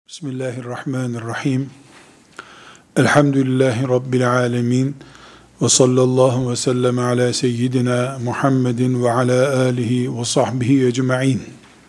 Bismillahirrahmanirrahim. Elhamdülillahi Rabbil alemin. Ve sallallahu ve sellem ala seyyidina Muhammedin ve ala alihi ve sahbihi ecma'in.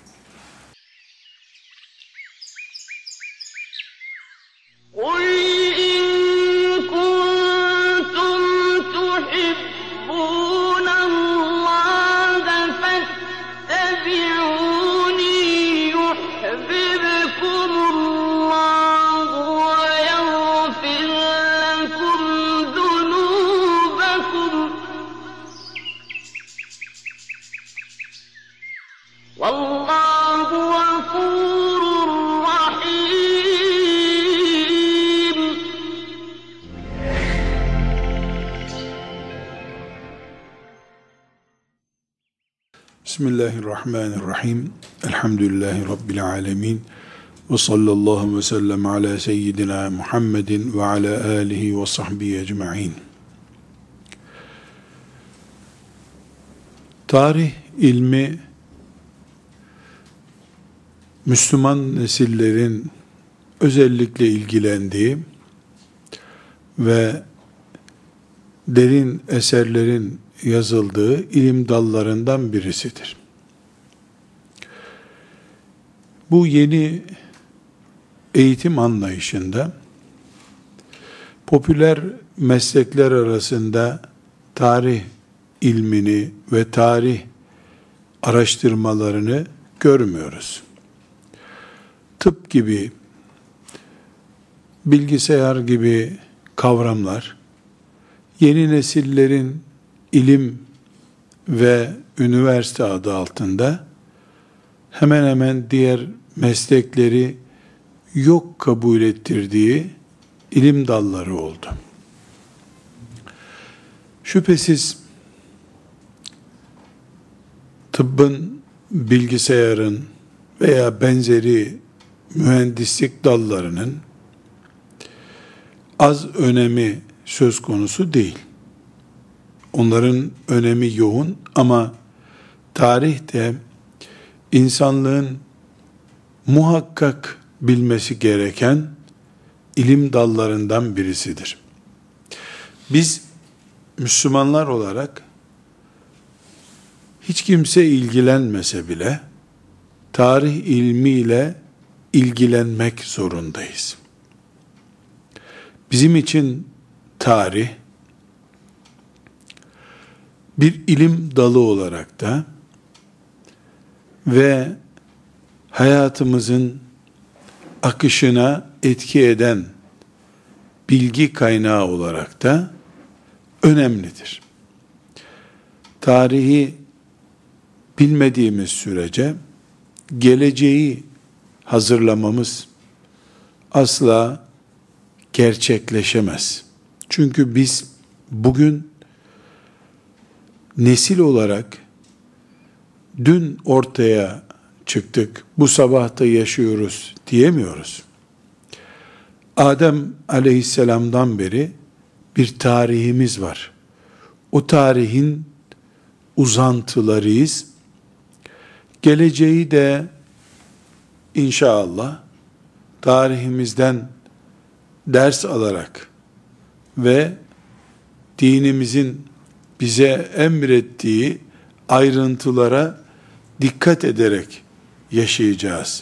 Bismillahirrahmanirrahim. Elhamdülillahi Rabbil alemin. Ve sallallahu ve sellem ala seyyidina Muhammedin ve ala alihi ve sahbihi ecma'in. Tarih ilmi, Müslüman nesillerin özellikle ilgilendiği ve derin eserlerin yazıldığı ilim dallarından birisidir. Bu yeni eğitim anlayışında popüler meslekler arasında tarih ilmini ve tarih araştırmalarını görmüyoruz. Tıp gibi, bilgisayar gibi kavramlar yeni nesillerin ilim ve üniversite adı altında hemen hemen diğer meslekleri yok kabul ettirdiği ilim dalları oldu. Şüphesiz tıbbın, bilgisayarın veya benzeri mühendislik dallarının az önemi söz konusu değil. Onların önemi yoğun ama tarih de insanlığın muhakkak bilmesi gereken ilim dallarından birisidir. Biz Müslümanlar olarak hiç kimse ilgilenmese bile tarih ilmiyle ilgilenmek zorundayız. Bizim için tarih bir ilim dalı olarak da ve hayatımızın akışına etki eden bilgi kaynağı olarak da önemlidir. Tarihi bilmediğimiz sürece geleceği hazırlamamız asla gerçekleşemez. Çünkü biz bugün nesil olarak dün ortaya çıktık, bu sabah da yaşıyoruz diyemiyoruz. Adem aleyhisselamdan beri bir tarihimiz var. O tarihin uzantılarıyız. Geleceği de inşallah tarihimizden ders alarak ve dinimizin bize emrettiği ayrıntılara dikkat ederek yaşayacağız.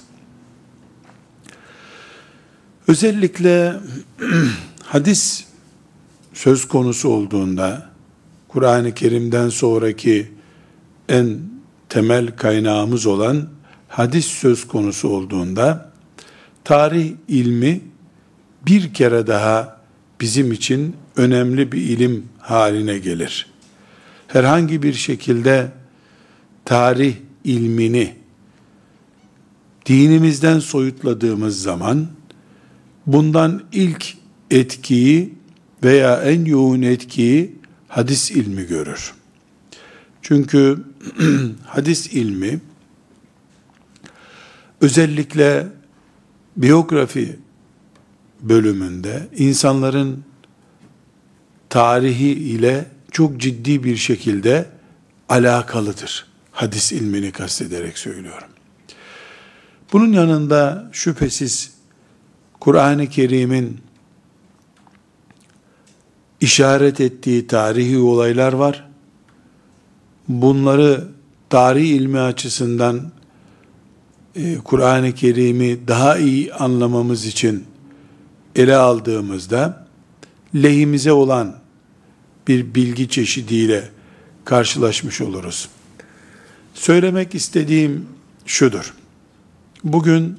Özellikle hadis söz konusu olduğunda, Kur'an-ı Kerim'den sonraki en temel kaynağımız olan hadis söz konusu olduğunda, tarih ilmi bir kere daha bizim için önemli bir ilim haline gelir. Herhangi bir şekilde tarih ilmini dinimizden soyutladığımız zaman bundan ilk etkiyi veya en yoğun etkiyi hadis ilmi görür. Çünkü hadis ilmi özellikle biyografi bölümünde insanların tarihi ile çok ciddi bir şekilde alakalıdır. Hadis ilmini kastederek söylüyorum. Bunun yanında şüphesiz Kur'an-ı Kerim'in işaret ettiği tarihi olaylar var. Bunları tarih ilmi açısından Kur'an-ı Kerim'i daha iyi anlamamız için ele aldığımızda lehimize olan bir bilgi çeşidiyle karşılaşmış oluruz. Söylemek istediğim şudur. Bugün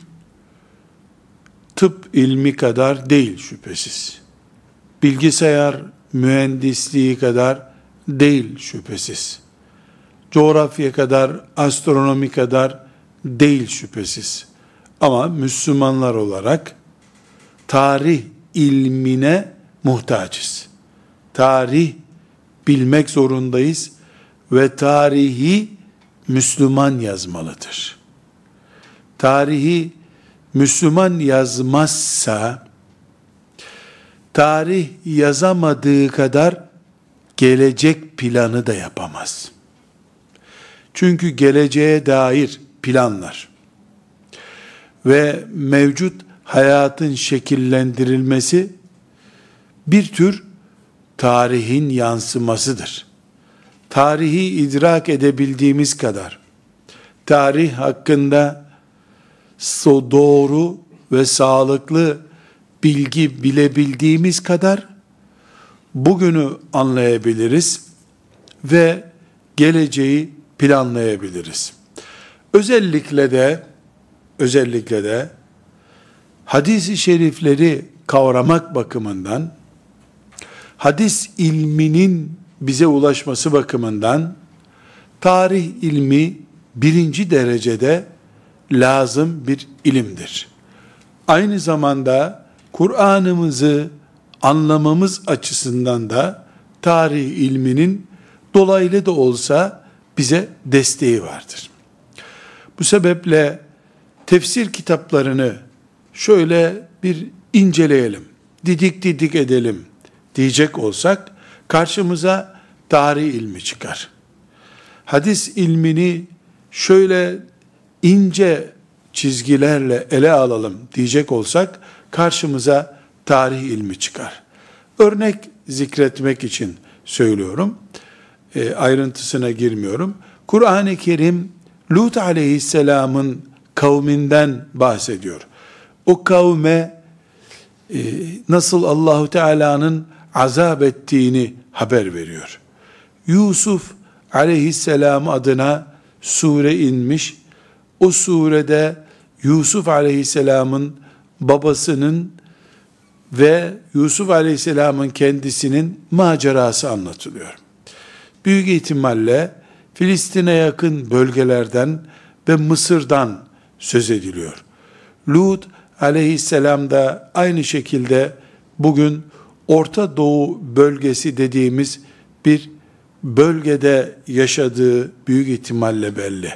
tıp ilmi kadar değil şüphesiz. Bilgisayar mühendisliği kadar değil şüphesiz. Coğrafya kadar, astronomi kadar değil şüphesiz. Ama Müslümanlar olarak tarih ilmine muhtacız. Tarih bilmek zorundayız ve tarihi Müslüman yazmalıdır. Tarihi Müslüman yazmazsa, tarih yazamadığı kadar gelecek planı da yapamaz. Çünkü geleceğe dair planlar ve mevcut hayatın şekillendirilmesi bir tür tarihin yansımasıdır. Tarihi idrak edebildiğimiz kadar, tarih hakkında doğru ve sağlıklı bilgi bilebildiğimiz kadar bugünü anlayabiliriz ve geleceği planlayabiliriz. Özellikle de hadis-i şerifleri kavramak bakımından, hadis ilminin bize ulaşması bakımından tarih ilmi birinci derecede lazım bir ilimdir. Aynı zamanda Kur'an'ımızı anlamamız açısından da tarih ilminin dolaylı da olsa bize desteği vardır. Bu sebeple tefsir kitaplarını şöyle bir inceleyelim, didik edelim diyecek olsak karşımıza tarih ilmi çıkar. Hadis ilmini şöyle ince çizgilerle ele alalım diyecek olsak karşımıza tarih ilmi çıkar. Örnek zikretmek için söylüyorum. Ayrıntısına girmiyorum. Kur'an-ı Kerim Lut aleyhisselamın kavminden bahsediyor. O kavme nasıl Allahu Teala'nın azap ettiğini haber veriyor. Yusuf aleyhisselam adına sure inmiş. O surede Yusuf aleyhisselamın babasının ve Yusuf aleyhisselamın kendisinin macerası anlatılıyor. Büyük ihtimalle Filistin'e yakın bölgelerden ve Mısır'dan söz ediliyor. Lut aleyhisselam da aynı şekilde bugün Orta Doğu bölgesi dediğimiz bir bölgede yaşadığı büyük ihtimalle belli.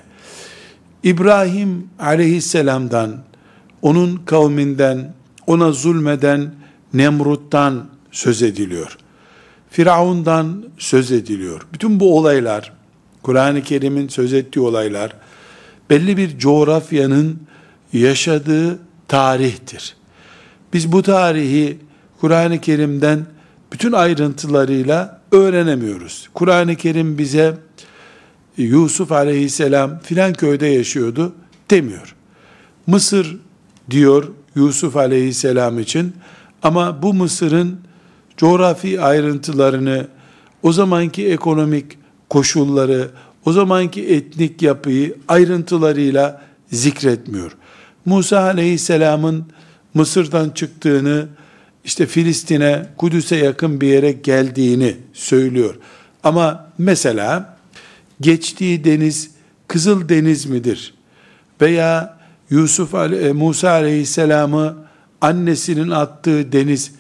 İbrahim aleyhisselamdan, onun kavminden, ona zulmeden Nemrut'tan söz ediliyor. Firavun'dan söz ediliyor. Bütün bu olaylar, Kur'an-ı Kerim'in söz ettiği olaylar, belli bir coğrafyanın yaşadığı tarihtir. Biz bu tarihi Kur'an-ı Kerim'den bütün ayrıntılarıyla öğrenemiyoruz. Kur'an-ı Kerim bize Yusuf aleyhisselam filan köyde yaşıyordu demiyor. Mısır diyor Yusuf aleyhisselam için ama bu Mısır'ın coğrafi ayrıntılarını, o zamanki ekonomik koşulları, o zamanki etnik yapıyı ayrıntılarıyla zikretmiyor. Musa aleyhisselamın Mısır'dan çıktığını, işte Filistin'e, Kudüs'e yakın bir yere geldiğini söylüyor. Ama mesela geçtiği deniz Kızıl Deniz midir? Veya Musa aleyhisselamı annesinin attığı deniz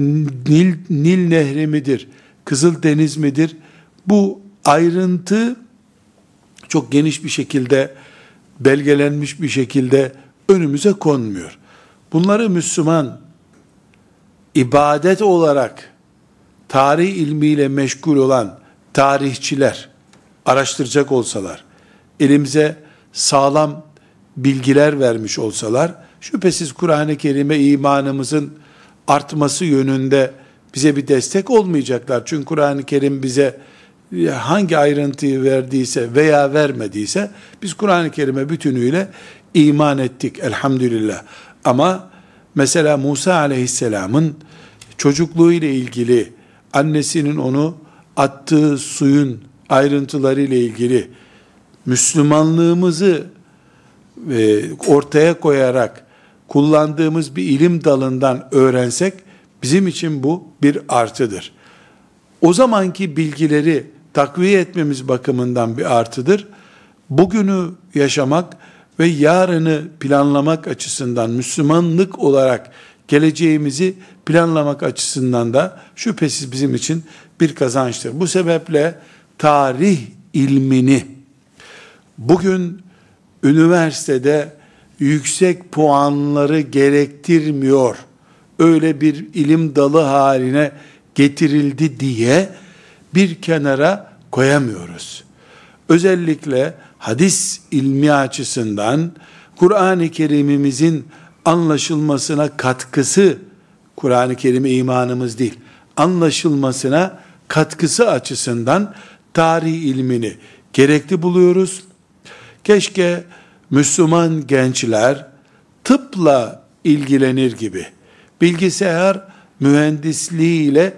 Nil Nehri midir? Kızıl Deniz midir? Bu ayrıntı çok geniş bir şekilde, belgelenmiş bir şekilde önümüze konmuyor. Bunları Müslüman ibadet olarak tarih ilmiyle meşgul olan tarihçiler araştıracak olsalar, elimize sağlam bilgiler vermiş olsalar, şüphesiz Kur'an-ı Kerim'e imanımızın artması yönünde bize bir destek olmayacaklar. Çünkü Kur'an-ı Kerim bize hangi ayrıntıyı verdiyse veya vermediyse biz Kur'an-ı Kerim'e bütünüyle iman ettik elhamdülillah. Ama mesela Musa aleyhisselamın çocukluğu ile ilgili, annesinin onu attığı suyun ayrıntıları ile ilgili Müslümanlığımızı ortaya koyarak kullandığımız bir ilim dalından öğrensek bizim için bu bir artıdır. O zamanki bilgileri takviye etmemiz bakımından bir artıdır. Bugünü yaşamak ve yarını planlamak açısından, Müslümanlık olarak geleceğimizi planlamak açısından da şüphesiz bizim için bir kazançtır. Bu sebeple tarih ilmini bugün üniversitede yüksek puanları gerektirmiyor, öyle bir ilim dalı haline getirildi diye bir kenara koyamıyoruz. Özellikle hadis ilmi açısından Kur'an-ı Kerim'imizin anlaşılmasına katkısı, Kur'an-ı Kerim'e imanımız değil, anlaşılmasına katkısı açısından tarih ilmini gerekli buluyoruz. Keşke Müslüman gençler tıpla ilgilenir gibi, bilgisayar mühendisliğiyle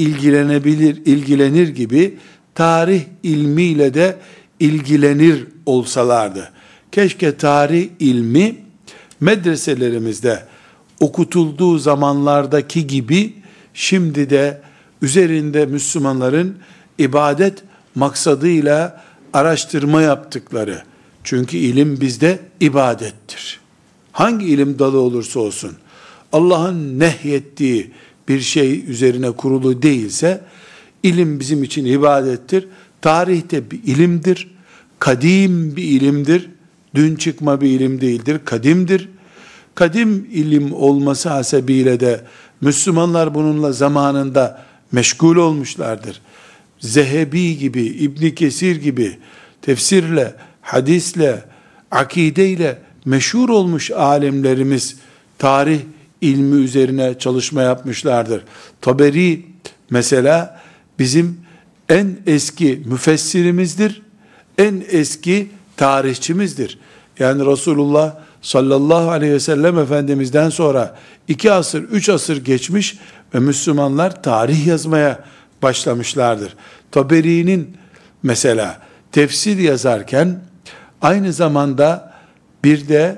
ilgilenir gibi tarih ilmiyle de ilgilenir olsalardı. Keşke tarih ilmi medreselerimizde okutulduğu zamanlardaki gibi şimdi de üzerinde Müslümanların ibadet maksadıyla araştırma yaptıkları, çünkü ilim bizde ibadettir. Hangi ilim dalı olursa olsun, Allah'ın nehyettiği bir şey üzerine kurulu değilse, ilim bizim için ibadettir. Tarihte bir ilimdir, kadim bir ilimdir, dün çıkma bir ilim değildir, kadimdir. Kadim ilim olması hasebiyle de Müslümanlar bununla zamanında meşgul olmuşlardır. Zehebi gibi, İbn Kesir gibi tefsirle, hadisle, akideyle meşhur olmuş alimlerimiz tarih ilmi üzerine çalışma yapmışlardır. Taberi mesela bizim en eski müfessirimizdir, en eski tarihçimizdir. Yani Resulullah sallallahu aleyhi ve sellem Efendimiz'den sonra 2 asır, 3 asır geçmiş ve Müslümanlar tarih yazmaya başlamışlardır. Taberi'nin mesela tefsir yazarken aynı zamanda bir de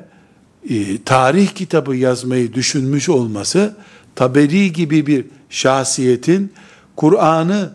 tarih kitabı yazmayı düşünmüş olması, Taberi gibi bir şahsiyetin Kur'an'ı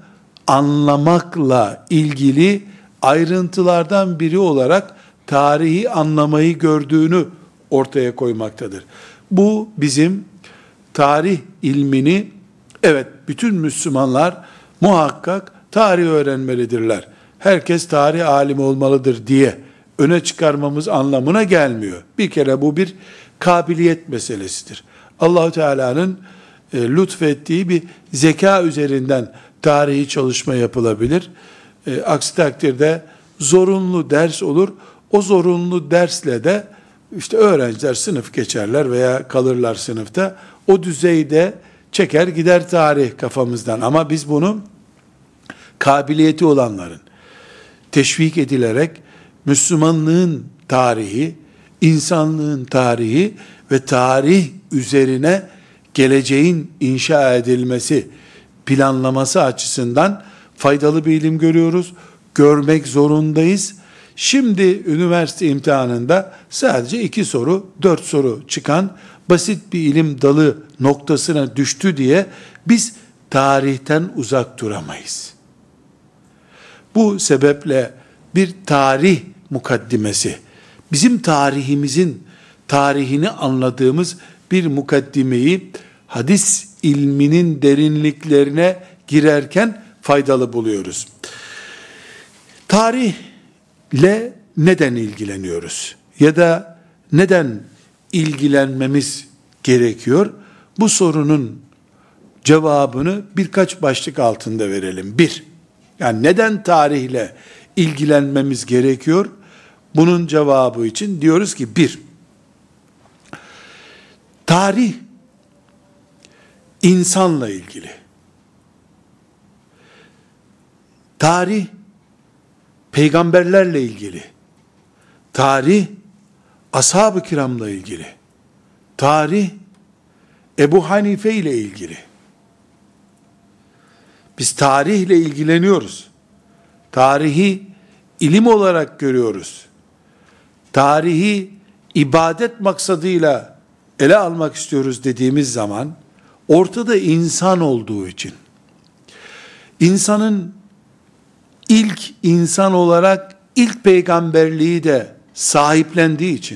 anlamakla ilgili ayrıntılardan biri olarak tarihi anlamayı gördüğünü ortaya koymaktadır. Bu bizim tarih ilmini, evet bütün Müslümanlar muhakkak tarih öğrenmelidirler, herkes tarih alimi olmalıdır diye öne çıkarmamız anlamına gelmiyor. Bir kere bu bir kabiliyet meselesidir. Allah-u Teala'nın lütfettiği bir zeka üzerinden tarihi çalışma yapılabilir. Aksi takdirde zorunlu ders olur. O zorunlu dersle de işte öğrenciler sınıf geçerler veya kalırlar sınıfta. O düzeyde çeker gider tarih kafamızdan. Ama biz bunu kabiliyeti olanların teşvik edilerek Müslümanlığın tarihi, insanlığın tarihi ve tarih üzerine geleceğin inşa edilmesi, planlaması açısından faydalı bir ilim görüyoruz. Görmek zorundayız. Şimdi üniversite imtihanında sadece 2 soru, 4 soru çıkan basit bir ilim dalı noktasına düştü diye biz tarihten uzak duramayız. Bu sebeple bir tarih mukaddimesi, bizim tarihimizin tarihini anladığımız bir mukaddimeyi hadis ilminin derinliklerine girerken faydalı buluyoruz. Tarihle neden ilgileniyoruz? Ya da neden ilgilenmemiz gerekiyor? Bu sorunun cevabını birkaç başlık altında verelim. 1. Yani neden tarihle ilgilenmemiz gerekiyor? Bunun cevabı için diyoruz ki 1. Tarih, insanla ilgili. Tarih, peygamberlerle ilgili. Tarih, ashab-ı kiramla ilgili. Tarih, Ebu Hanife ile ilgili. Biz tarihle ilgileniyoruz. Tarihi ilim olarak görüyoruz. Tarihi ibadet maksadıyla ele almak istiyoruz dediğimiz zaman, ortada insan olduğu için, insanın ilk insan olarak ilk peygamberliği de sahiplendiği için,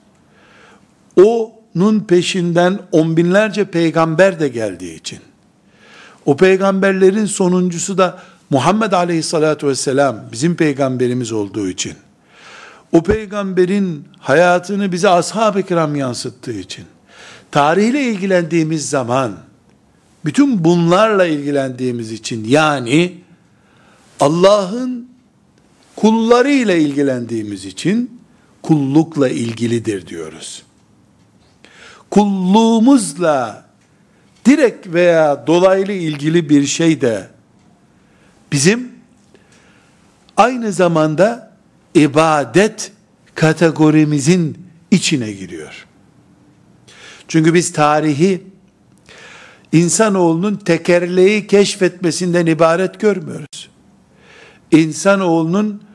onun peşinden on binlerce peygamber de geldiği için, o peygamberlerin sonuncusu da Muhammed Aleyhisselatü Vesselam bizim peygamberimiz olduğu için, o peygamberin hayatını bize ashab-ı kiram yansıttığı için, tarihle ilgilendiğimiz zaman, bütün bunlarla ilgilendiğimiz için, yani Allah'ın kullarıyla ilgilendiğimiz için kullukla ilgilidir diyoruz. Kulluğumuzla direkt veya dolaylı ilgili bir şey de bizim aynı zamanda ibadet kategorimizin içine giriyor. Çünkü biz tarihi insanoğlunun tekerleği keşfetmesinden ibaret görmüyoruz. İnsanoğlunun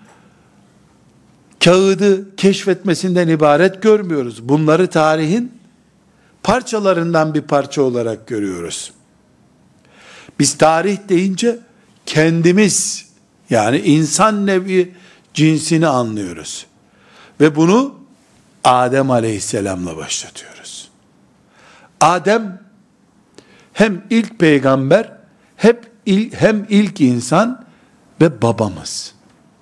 kağıdı keşfetmesinden ibaret görmüyoruz. Bunları tarihin parçalarından bir parça olarak görüyoruz. Biz tarih deyince kendimiz, yani insan nevi cinsini anlıyoruz. Ve bunu Adem Aleyhisselam'la başlatıyoruz. Adem hem ilk peygamber, hem ilk insan ve babamız.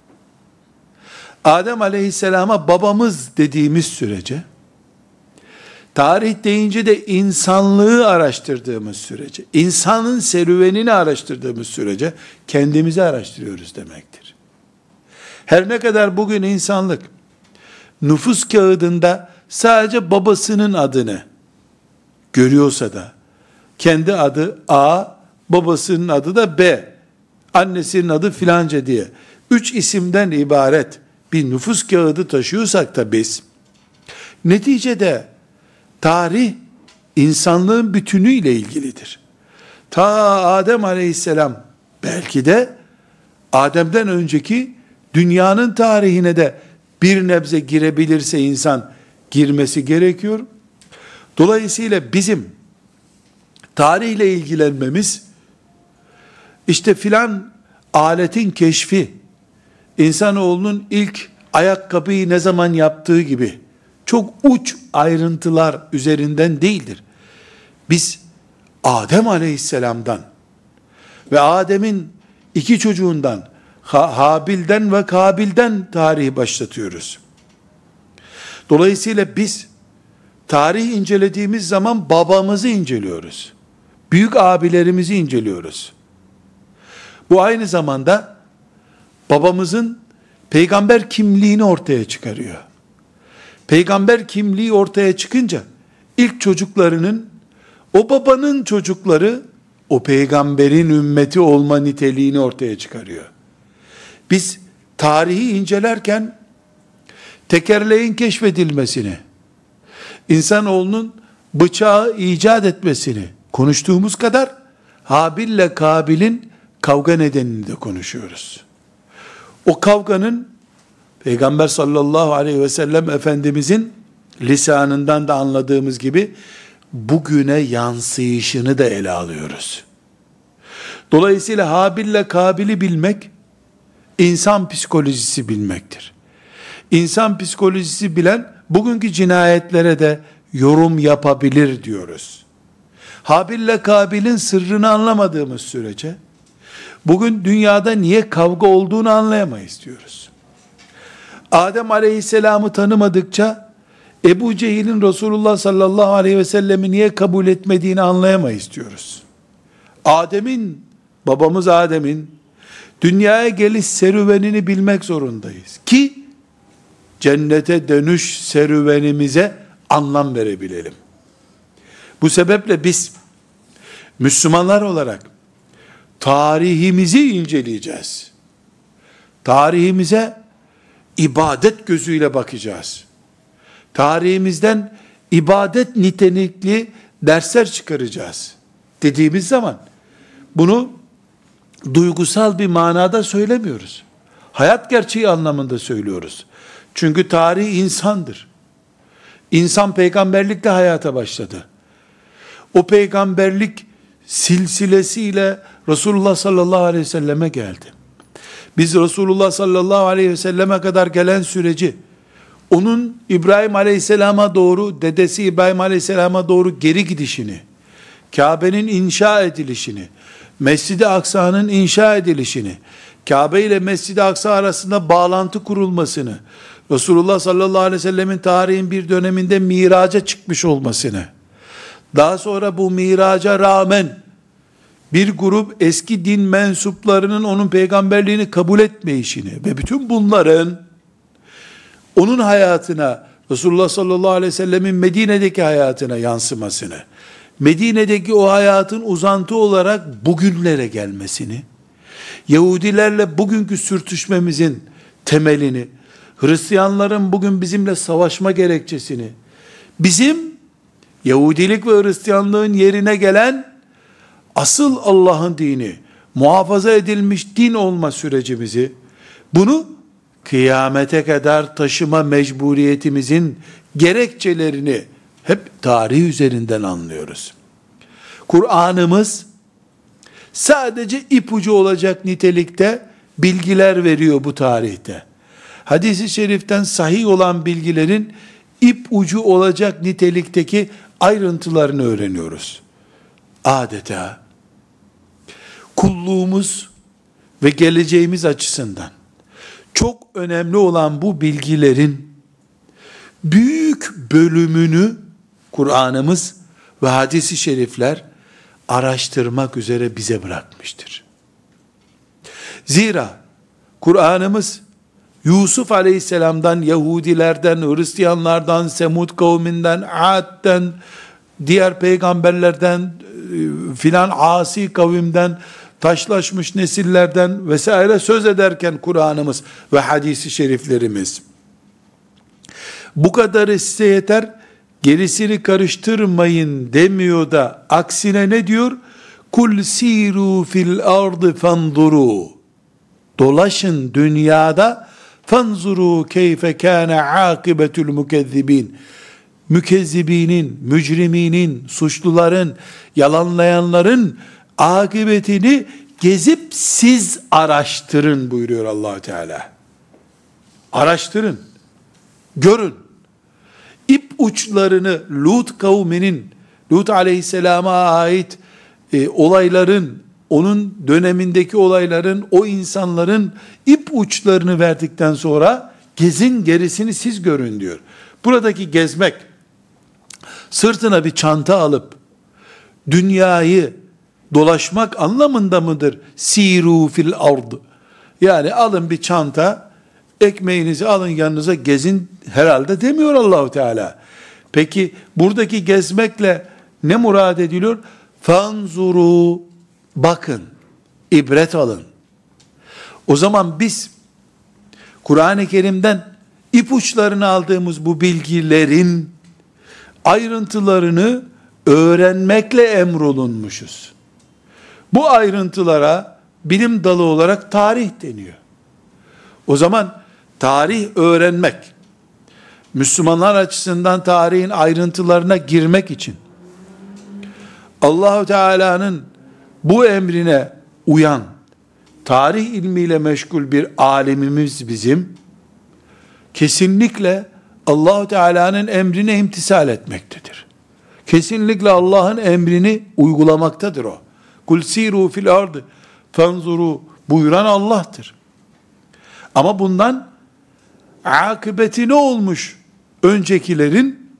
Adem Aleyhisselam'a babamız dediğimiz sürece, tarih deyince de insanlığı araştırdığımız sürece, insanın serüvenini araştırdığımız sürece kendimizi araştırıyoruz demektir. Her ne kadar bugün insanlık nüfus kağıdında sadece babasının adını görüyorsa da, kendi adı A, babasının adı da B, annesinin adı filanca diye 3 isimden ibaret bir nüfus kağıdı taşıyorsak da biz, neticede tarih insanlığın bütünüyle ilgilidir. Ta Adem Aleyhisselam, belki de Adem'den önceki dünyanın tarihine de bir nebze girebilirse insan girmesi gerekiyor. Dolayısıyla bizim tarihle ilgilenmemiz, işte filan aletin keşfi, insanoğlunun ilk ayakkabıyı ne zaman yaptığı gibi çok uç ayrıntılar üzerinden değildir. Biz Adem Aleyhisselam'dan ve Adem'in 2 çocuğundan, Habil'den ve Kabil'den tarihi başlatıyoruz. Dolayısıyla biz tarih incelediğimiz zaman babamızı inceliyoruz. Büyük abilerimizi inceliyoruz. Bu aynı zamanda babamızın peygamber kimliğini ortaya çıkarıyor. Peygamber kimliği ortaya çıkınca ilk çocuklarının, o babanın çocukları o peygamberin ümmeti olma niteliğini ortaya çıkarıyor. Biz tarihi incelerken tekerleğin keşfedilmesini, insanoğlunun bıçağı icat etmesini konuştuğumuz kadar Habil'le Kabil'in kavga nedenini de konuşuyoruz. O kavganın Peygamber sallallahu aleyhi ve sellem Efendimizin lisanından da anladığımız gibi bugüne yansıyışını da ele alıyoruz. Dolayısıyla Habil'le Kabil'i bilmek, insan psikolojisi bilmektir. İnsan psikolojisi bilen, bugünkü cinayetlere de yorum yapabilir diyoruz. Habil'le Kabil'in sırrını anlamadığımız sürece, bugün dünyada niye kavga olduğunu anlayamayız diyoruz. Adem Aleyhisselam'ı tanımadıkça, Ebu Cehil'in Resulullah sallallahu aleyhi ve sellemi niye kabul etmediğini anlayamayız diyoruz. Babamız Adem'in dünyaya geliş serüvenini bilmek zorundayız ki cennete dönüş serüvenimize anlam verebilelim. Bu sebeple biz Müslümanlar olarak tarihimizi inceleyeceğiz. Tarihimize ibadet gözüyle bakacağız. Tarihimizden ibadet nitelikli dersler çıkaracağız dediğimiz zaman bunu duygusal bir manada söylemiyoruz. Hayat gerçeği anlamında söylüyoruz. Çünkü tarih insandır. İnsan peygamberlikle hayata başladı. O peygamberlik silsilesiyle Resulullah sallallahu aleyhi ve selleme geldi. Biz Resulullah sallallahu aleyhi ve selleme kadar gelen süreci, onun İbrahim aleyhisselama doğru, dedesi İbrahim aleyhisselama doğru geri gidişini, Kabe'nin inşa edilişini, Mescid-i Aksa'nın inşa edilişini, Kabe ile Mescid-i Aksa arasında bağlantı kurulmasını, Resulullah sallallahu aleyhi ve sellemin tarihin bir döneminde miraca çıkmış olmasını, daha sonra bu miraca rağmen bir grup eski din mensuplarının onun peygamberliğini kabul etmeyişini ve bütün bunların onun hayatına, Resulullah sallallahu aleyhi ve sellemin Medine'deki hayatına yansımasını, Medine'deki o hayatın uzantı olarak bugünlere gelmesini, Yahudilerle bugünkü sürtüşmemizin temelini, Hristiyanların bugün bizimle savaşma gerekçesini, bizim Yahudilik ve Hristiyanlığın yerine gelen asıl Allah'ın dini, muhafaza edilmiş din olma sürecimizi, bunu kıyamete kadar taşıma mecburiyetimizin gerekçelerini hep tarih üzerinden anlıyoruz. Kur'an'ımız sadece ipucu olacak nitelikte bilgiler veriyor bu tarihte. Hadis-i şeriften sahih olan bilgilerin ipucu olacak nitelikteki ayrıntılarını öğreniyoruz. Adeta kulluğumuz ve geleceğimiz açısından çok önemli olan bu bilgilerin büyük bölümünü Kur'an'ımız ve hadis-i şerifler araştırmak üzere bize bırakmıştır. Zira Kur'an'ımız Yusuf aleyhisselamdan, Yahudilerden, Hristiyanlardan, Semud kavminden, Ad'den, diğer peygamberlerden, filan asi kavimden, taşlaşmış nesillerden vesaire söz ederken Kur'an'ımız ve hadis-i şeriflerimiz, bu kadarı size yeter, gerisini karıştırmayın demiyor da, aksine ne diyor? Kul siru fil ardı fanzuru. Dolaşın dünyada, fanzuru keyfe kâne âkıbetül mükezzibîn. Mükezzibinin, mücriminin, suçluların, yalanlayanların akıbetini gezip siz araştırın buyuruyor Allah Teala. Araştırın, görün. İp uçlarını Lut kavminin, Lut aleyhisselama ait olayların, onun dönemindeki olayların, o insanların ip uçlarını verdikten sonra gezin, gerisini siz görün diyor. Buradaki gezmek, sırtına bir çanta alıp dünyayı dolaşmak anlamında mıdır? Siru fil ard. Yani alın bir çanta, ekmeğinizi alın yanınıza, gezin herhalde demiyor Allahu Teala. Peki buradaki gezmekle ne murad ediliyor? Fanzuru, bakın, ibret alın. O zaman biz Kur'an-ı Kerim'den ipuçlarını aldığımız bu bilgilerin ayrıntılarını öğrenmekle emrolunmuşuz. Bu ayrıntılara bilim dalı olarak tarih deniyor. O zaman tarih öğrenmek, Müslümanlar açısından tarihin ayrıntılarına girmek için Allah-u Teala'nın bu emrine uyan, tarih ilmiyle meşgul bir alimimiz bizim, kesinlikle Allah-u Teala'nın emrine imtisal etmektedir. Kesinlikle Allah'ın emrini uygulamaktadır o. Kul siru fil ardı fanzuru buyuran Allah'tır. Ama bundan akıbeti ne olmuş öncekilerin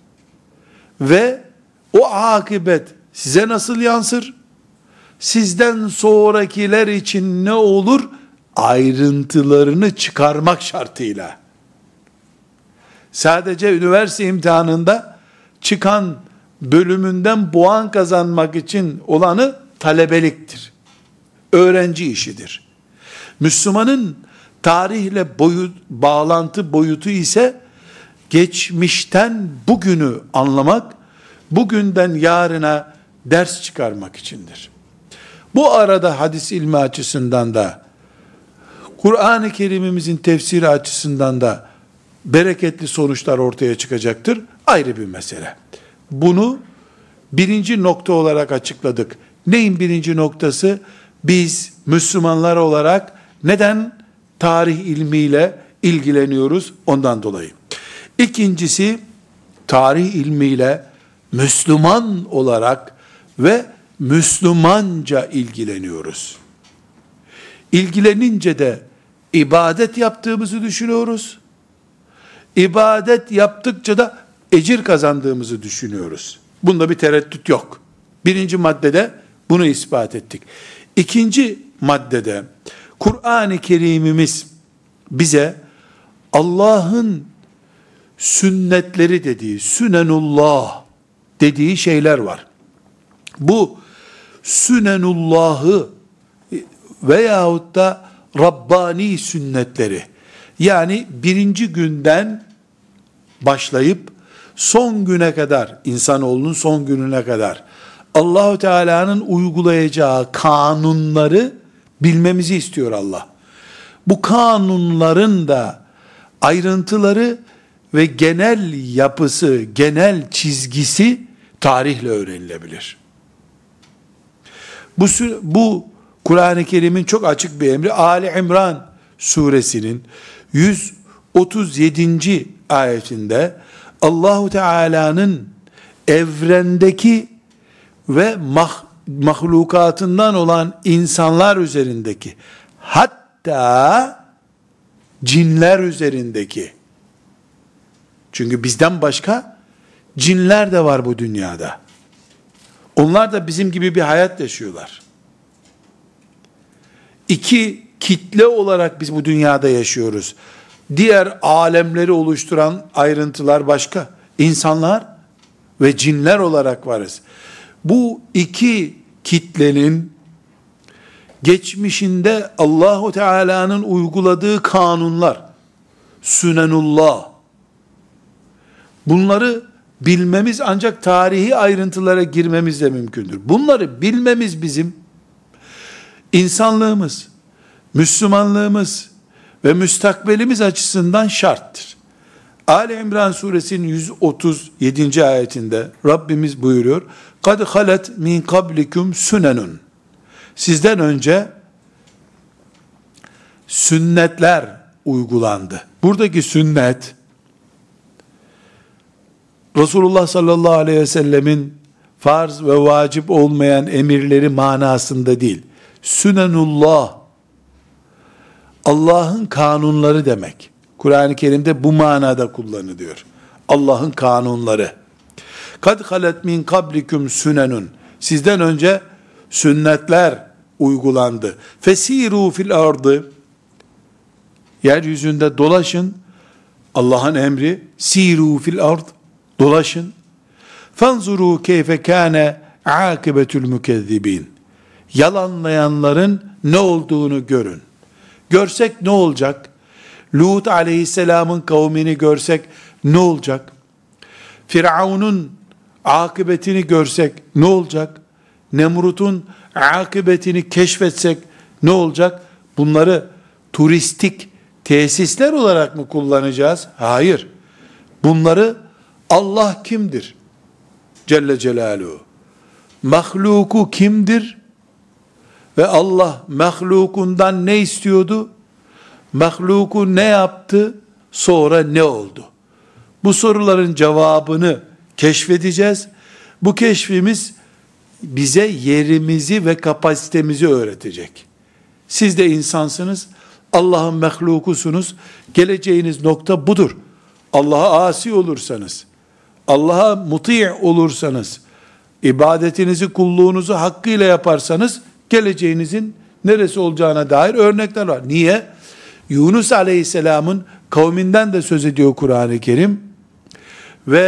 ve o akıbet size nasıl yansır? Sizden sonrakiler için ne olur? Ayrıntılarını çıkarmak şartıyla. Sadece üniversite imtihanında çıkan bölümünden puan kazanmak için olanı talebeliktir. Öğrenci işidir. Müslümanın tarihle bağlantı boyutu ise geçmişten bugünü anlamak, bugünden yarına ders çıkarmak içindir. Bu arada hadis ilmi açısından da, Kur'an-ı Kerim'imizin tefsiri açısından da bereketli sonuçlar ortaya çıkacaktır. Ayrı bir mesele. Bunu birinci nokta olarak açıkladık. Neyin birinci noktası? Biz Müslümanlar olarak neden tarih ilmiyle ilgileniyoruz? Ondan dolayı. İkincisi, tarih ilmiyle Müslüman olarak ve Müslümanca ilgileniyoruz. İlgilenince de ibadet yaptığımızı düşünüyoruz. İbadet yaptıkça da ecir kazandığımızı düşünüyoruz. Bunda bir tereddüt yok. Birinci maddede bunu ispat ettik. İkinci maddede Kur'an-ı Kerim'imiz bize Allah'ın sünnetleri dediği, sünenullah dediği şeyler var. Bu sünenullahı veyahut da Rabbani sünnetleri, yani birinci günden başlayıp son güne kadar, insanoğlunun son gününe kadar Allahu Teala'nın uygulayacağı kanunları bilmemizi istiyor Allah. Bu kanunların da ayrıntıları ve genel yapısı, genel çizgisi tarihle öğrenilebilir. Bu Kur'an-ı Kerim'in çok açık bir emri. Ali İmran suresinin 137. ayetinde Allahu Teala'nın evrendeki ve mahlukatından olan insanlar üzerindeki, hatta cinler üzerindeki, çünkü bizden başka cinler de var bu dünyada. Onlar da bizim gibi bir hayat yaşıyorlar. İki kitle olarak biz bu dünyada yaşıyoruz. Diğer alemleri oluşturan ayrıntılar başka. İnsanlar ve cinler olarak varız. Bu iki kitlenin geçmişinde Allahu Teala'nın uyguladığı kanunlar, sünenullah, bunları bilmemiz ancak tarihi ayrıntılara girmemizle mümkündür. Bunları bilmemiz bizim insanlığımız, Müslümanlığımız ve müstakbelimiz açısından şarttır. Ali İmran suresinin 137. ayetinde Rabbimiz buyuruyor: "Kad halet min kablikum sünenun." Sizden önce sünnetler uygulandı. Buradaki sünnet, Resulullah sallallahu aleyhi ve sellemin farz ve vacip olmayan emirleri manasında değil. Sünenullah, Allah'ın kanunları demek. Kur'an-ı Kerim'de bu manada kullanılıyor. Allah'ın kanunları. Kad halet min kablikum sünenun. Sizden önce sünnetler uygulandı. Fesiru fil ardı. Yeryüzünde dolaşın. Allah'ın emri. Siru fil ard. Dolaşın. Fanzuru keyfe kâne âkibetül mükezzibîn. Yalanlayanların ne olduğunu görün. Görsek ne olacak? Lut aleyhisselamın kavmini görsek ne olacak? Firavun'un akıbetini görsek ne olacak? Nemrut'un akıbetini keşfetsek ne olacak? Bunları turistik tesisler olarak mı kullanacağız? Hayır. Bunları Allah kimdir? Celle Celaluhu. Mahluku kimdir? Ve Allah mahlukundan ne istiyordu? Mahluku ne yaptı? Sonra ne oldu? Bu soruların cevabını keşfedeceğiz. Bu keşfimiz bize yerimizi ve kapasitemizi öğretecek. Siz de insansınız, Allah'ın mahlukusunuz. Geleceğiniz nokta budur. Allah'a asi olursanız, Allah'a muti' olursanız, ibadetinizi, kulluğunuzu hakkıyla yaparsanız, geleceğinizin neresi olacağına dair örnekler var. Niye? Yunus Aleyhisselam'ın kavminden de söz ediyor Kur'an-ı Kerim. Ve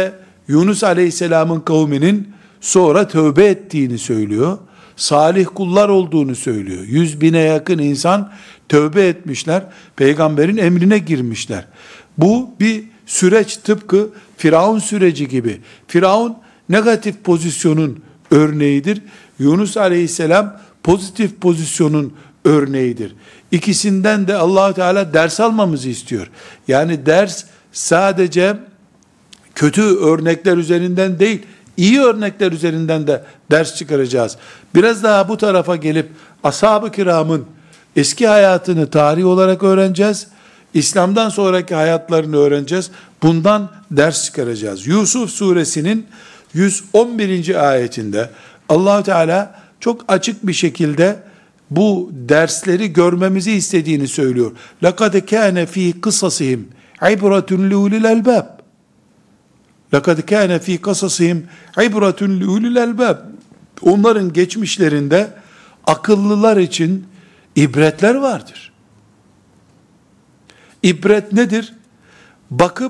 Yunus Aleyhisselam'ın kavminin sonra tövbe ettiğini söylüyor. Salih kullar olduğunu söylüyor. 100.000'e yakın insan tövbe etmişler. Peygamberin emrine girmişler. Bu bir süreç, tıpkı Firavun süreci gibi. Firavun negatif pozisyonun örneğidir. Yunus Aleyhisselam pozitif pozisyonun örneğidir. İkisinden de Allah Teala ders almamızı istiyor. Yani ders sadece kötü örnekler üzerinden değil, iyi örnekler üzerinden de ders çıkaracağız. Biraz daha bu tarafa gelip ashab-ı kiramın eski hayatını tarih olarak öğreneceğiz. İslam'dan sonraki hayatlarını öğreneceğiz. Bundan ders çıkaracağız. Yusuf suresinin 111. ayetinde Allah Teala çok açık bir şekilde bu dersleri görmemizi istediğini söylüyor. لَقَدْ كَانَ ف۪ي قِصَصِهِمْ عِبْرَةٌ لِعُلِي الْأَلْبَابِ لَقَدْ كَانَ ف۪ي قَصَصِهِمْ عِبْرَةٌ لِعُلِي الْأَلْبَابِ Onların geçmişlerinde akıllılar için ibretler vardır. İbret nedir? Bakıp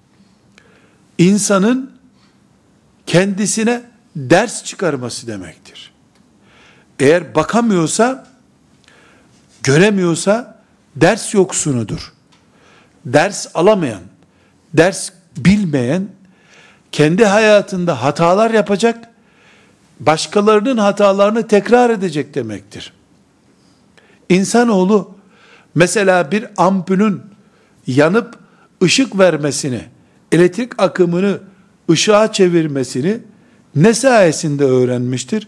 insanın kendisine ders çıkarması demektir. Eğer bakamıyorsa, göremiyorsa ders yoksunudur. Ders alamayan, ders bilmeyen, kendi hayatında hatalar yapacak, başkalarının hatalarını tekrar edecek demektir. İnsanoğlu mesela bir ampulün yanıp ışık vermesini, elektrik akımını ışığa çevirmesini ne sayesinde öğrenmiştir?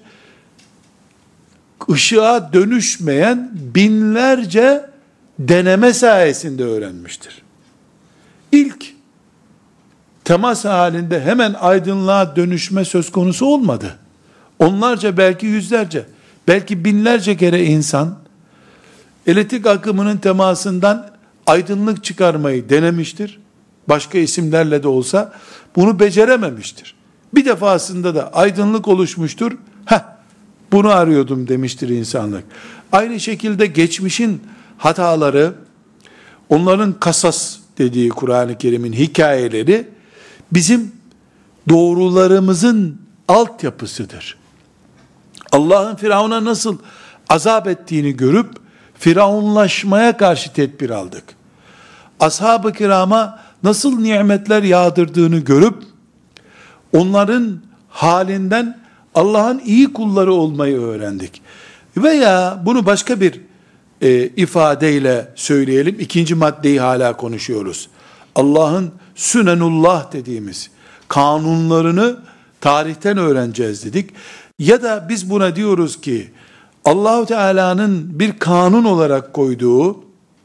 Işığa dönüşmeyen binlerce deneme sayesinde öğrenmiştir. İlk temas halinde hemen aydınlığa dönüşme söz konusu olmadı. Onlarca, belki yüzlerce, belki binlerce kere insan elektrik akımının temasından aydınlık çıkarmayı denemiştir. Başka isimlerle de olsa bunu becerememiştir. Bir defasında da aydınlık oluşmuştur. Bunu arıyordum demiştir insanlık. Aynı şekilde geçmişin hataları, onların kasas dediği Kur'an-ı Kerim'in hikayeleri bizim doğrularımızın altyapısıdır. Allah'ın Firavun'a nasıl azap ettiğini görüp Firavunlaşmaya karşı tedbir aldık. Ashab-ı kirama nasıl nimetler yağdırdığını görüp onların halinden Allah'ın iyi kulları olmayı öğrendik. Veya bunu başka bir ifadeyle söyleyelim. İkinci maddeyi hala konuşuyoruz. Allah'ın sünenullah dediğimiz kanunlarını tarihten öğreneceğiz dedik. Ya da biz buna diyoruz ki Allah-u Teala'nın bir kanun olarak koyduğu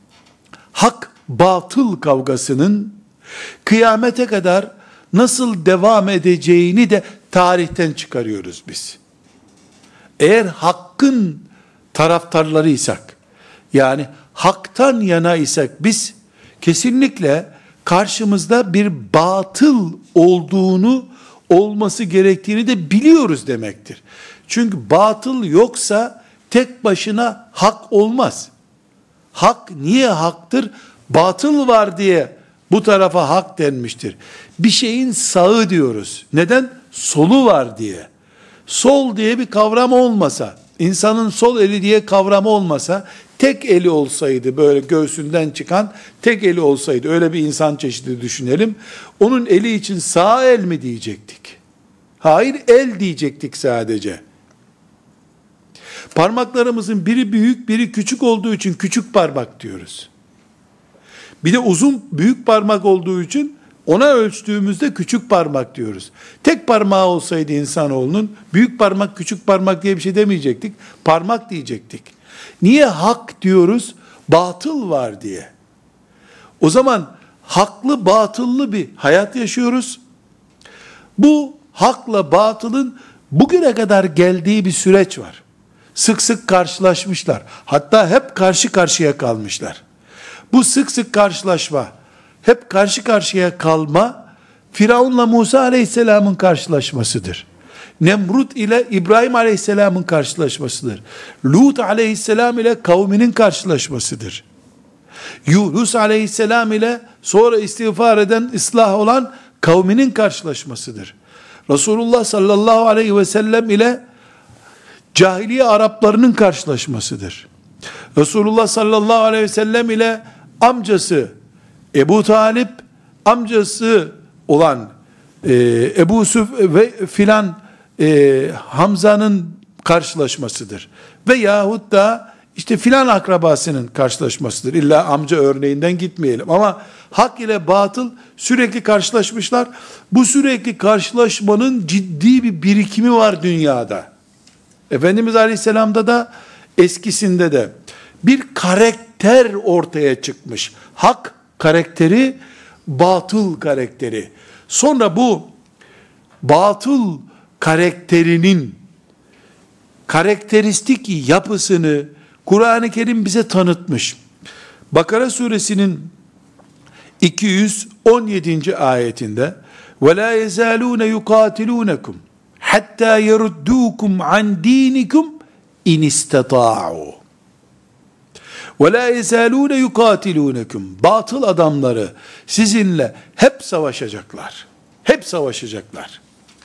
hak batıl kavgasının kıyamete kadar nasıl devam edeceğini de tarihten çıkarıyoruz biz. Eğer hakkın taraftarlarıysak, yani haktan yana isek biz, kesinlikle karşımızda bir batıl olması gerektiğini de biliyoruz demektir. Çünkü batıl yoksa tek başına hak olmaz. Hak niye haktır? Batıl var diye bu tarafa hak denmiştir. Bir şeyin sağı diyoruz. Neden? Solu var diye. Sol diye bir kavram olmasa, insanın sol eli diye kavramı olmasa, tek eli olsaydı, böyle göğsünden çıkan tek eli olsaydı, öyle bir insan çeşidi düşünelim, onun eli için sağ el mi diyecektik? Hayır, el diyecektik sadece. Parmaklarımızın biri büyük, biri küçük olduğu için küçük parmak diyoruz. Bir de uzun, büyük parmak olduğu için ona ölçtüğümüzde küçük parmak diyoruz. Tek parmağı olsaydı insanoğlunun, büyük parmak, küçük parmak diye bir şey demeyecektik. Parmak diyecektik. Niye hak diyoruz? Batıl var diye. O zaman haklı batıllı bir hayat yaşıyoruz. Bu hakla batılın bugüne kadar geldiği bir süreç var. Sık sık karşılaşmışlar. Hatta hep karşı karşıya kalmışlar. Bu sık sık karşılaşma, hep karşı karşıya kalma, Firavun'la Musa aleyhisselamın karşılaşmasıdır. Nemrut ile İbrahim aleyhisselamın karşılaşmasıdır. Lut aleyhisselam ile kavminin karşılaşmasıdır. Yunus aleyhisselam ile sonra istiğfar eden, ıslah olan kavminin karşılaşmasıdır. Resulullah sallallahu aleyhi ve sellem ile cahiliye Araplarının karşılaşmasıdır. Resulullah sallallahu aleyhi ve sellem ile amcası Ebu Talip, amcası olan Ebu Süf ve filan Hamza'nın karşılaşmasıdır. Ve yahut da işte filan akrabasının karşılaşmasıdır. İlla amca örneğinden gitmeyelim. Ama hak ile batıl sürekli karşılaşmışlar. Bu sürekli karşılaşmanın ciddi bir birikimi var dünyada. Efendimiz Aleyhisselam'da da eskisinde de bir karakter ortaya çıkmış. Hak karakteri, batıl karakteri. Sonra bu batıl karakterinin karakteristik yapısını Kur'an-ı Kerim bize tanıtmış. Bakara suresinin 217. ayetinde وَلَا يَزَالُونَ يُقَاتِلُونَكُمْ حَتَّى يَرُدُّوكُمْ عَنْ دِينِكُمْ اِنْ اِسْتَطَاعُوا وَلَا يَزَالُونَ يُقَاتِلُونَكُمْ Batıl adamları sizinle hep savaşacaklar. Hep savaşacaklar.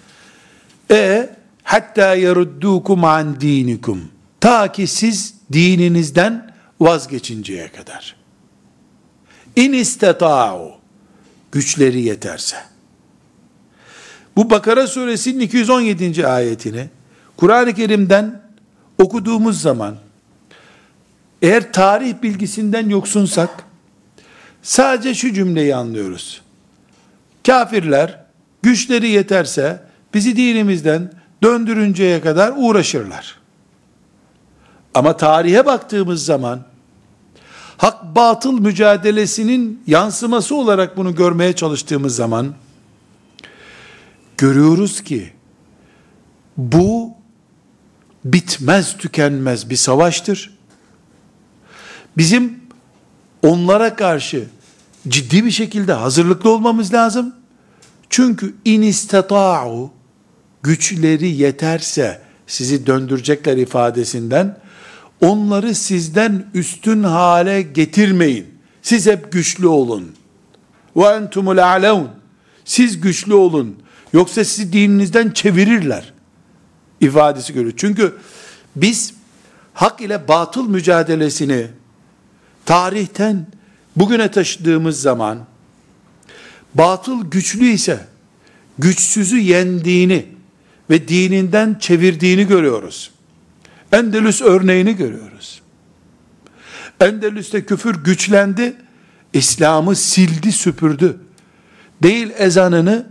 Hatta yeruddukum an dinikum. Ta ki siz dininizden vazgeçinceye kadar. İn isteta'u. Güçleri yeterse. Bu Bakara suresinin 217. ayetini Kur'an-ı Kerim'den okuduğumuz zaman eğer tarih bilgisinden yoksunsak sadece şu cümleyi anlıyoruz. Kafirler güçleri yeterse bizi dinimizden döndürünceye kadar uğraşırlar. Ama tarihe baktığımız zaman hak batıl mücadelesinin yansıması olarak bunu görmeye çalıştığımız zaman görüyoruz ki bu bitmez tükenmez bir savaştır. Bizim onlara karşı ciddi bir şekilde hazırlıklı olmamız lazım. Çünkü in istata'u güçleri yeterse sizi döndürecekler ifadesinden onları sizden üstün hale getirmeyin. Siz hep güçlü olun. Ve entumul a'laun. Siz güçlü olun. Yoksa sizi dininizden çevirirler ifadesi görüyor. Çünkü biz hak ile batıl mücadelesini tarihten bugüne taşıdığımız zaman batıl güçlü ise güçsüzü yendiğini ve dininden çevirdiğini görüyoruz. Endülüs örneğini görüyoruz. Endülüs'te küfür güçlendi, İslam'ı sildi, süpürdü. Değil ezanını,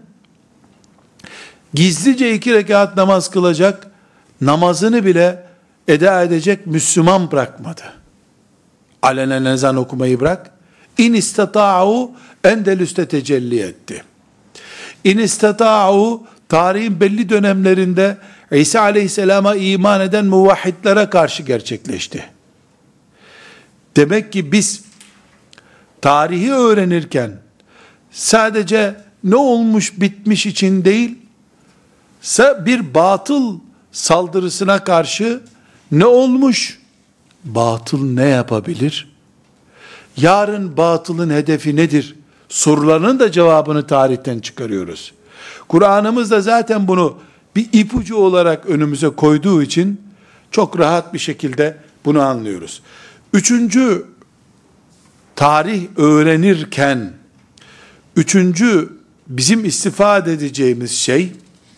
gizlice 2 rekat namaz kılacak, namazını bile eda edecek Müslüman bırakmadı. Alenen ezan okumayı bırak. İn istata'u Endülüs'te tecelli etti. İn istata'u tarihin belli dönemlerinde İsa aleyhisselama iman eden muvahhidlere karşı gerçekleşti. Demek ki biz tarihi öğrenirken sadece ne olmuş bitmiş için değil, bir batıl saldırısına karşı ne olmuş, batıl ne yapabilir, yarın batılın hedefi nedir sorularının da cevabını tarihten çıkarıyoruz. Kur'an'ımız da zaten bunu bir ipucu olarak önümüze koyduğu için çok rahat bir şekilde bunu anlıyoruz. Üçüncü, tarih öğrenirken üçüncü bizim istifade edeceğimiz şey,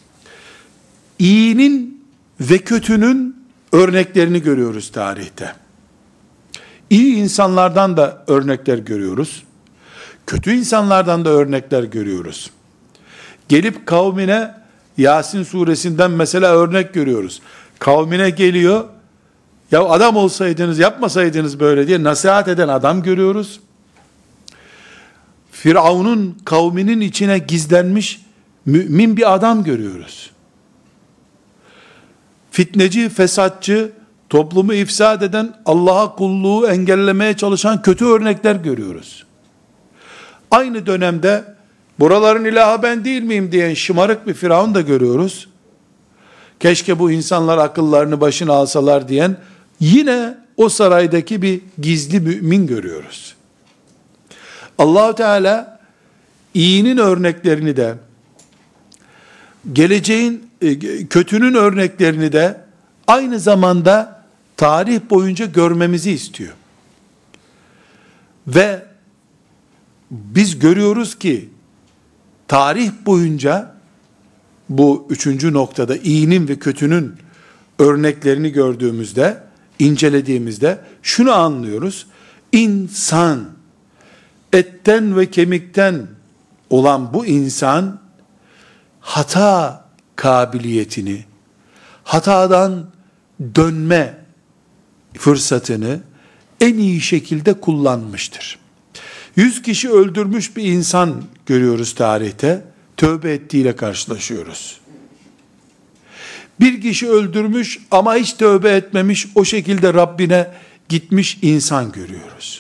iyinin ve kötünün örneklerini görüyoruz tarihte. İyi insanlardan da örnekler görüyoruz. Kötü insanlardan da örnekler görüyoruz. Gelip kavmine Yasin suresinden mesela örnek görüyoruz. Kavmine geliyor, ya adam olsaydınız yapmasaydınız böyle diye nasihat eden adam görüyoruz. Firavun'un kavminin içine gizlenmiş mümin bir adam görüyoruz. Fitneci, fesatçı, toplumu ifsad eden, Allah'a kulluğu engellemeye çalışan kötü örnekler görüyoruz. Aynı dönemde buraların ilahı ben değil miyim diyen şımarık bir Firavun da görüyoruz. Keşke bu insanlar akıllarını başına alsalar diyen yine o saraydaki bir gizli mümin görüyoruz. Allah-u Teala iyinin örneklerini de, geleceğin kötünün örneklerini de aynı zamanda tarih boyunca görmemizi istiyor. Ve biz görüyoruz ki tarih boyunca bu üçüncü noktada iyinin ve kötünün örneklerini gördüğümüzde, incelediğimizde şunu anlıyoruz. İnsan, etten ve kemikten olan bu insan hata kabiliyetini, hatadan dönme fırsatını en iyi şekilde kullanmıştır. 100 kişi öldürmüş bir insan görüyoruz tarihte, tövbe ettiğiyle karşılaşıyoruz. Bir kişi öldürmüş ama hiç tövbe etmemiş, o şekilde Rabbine gitmiş insan görüyoruz.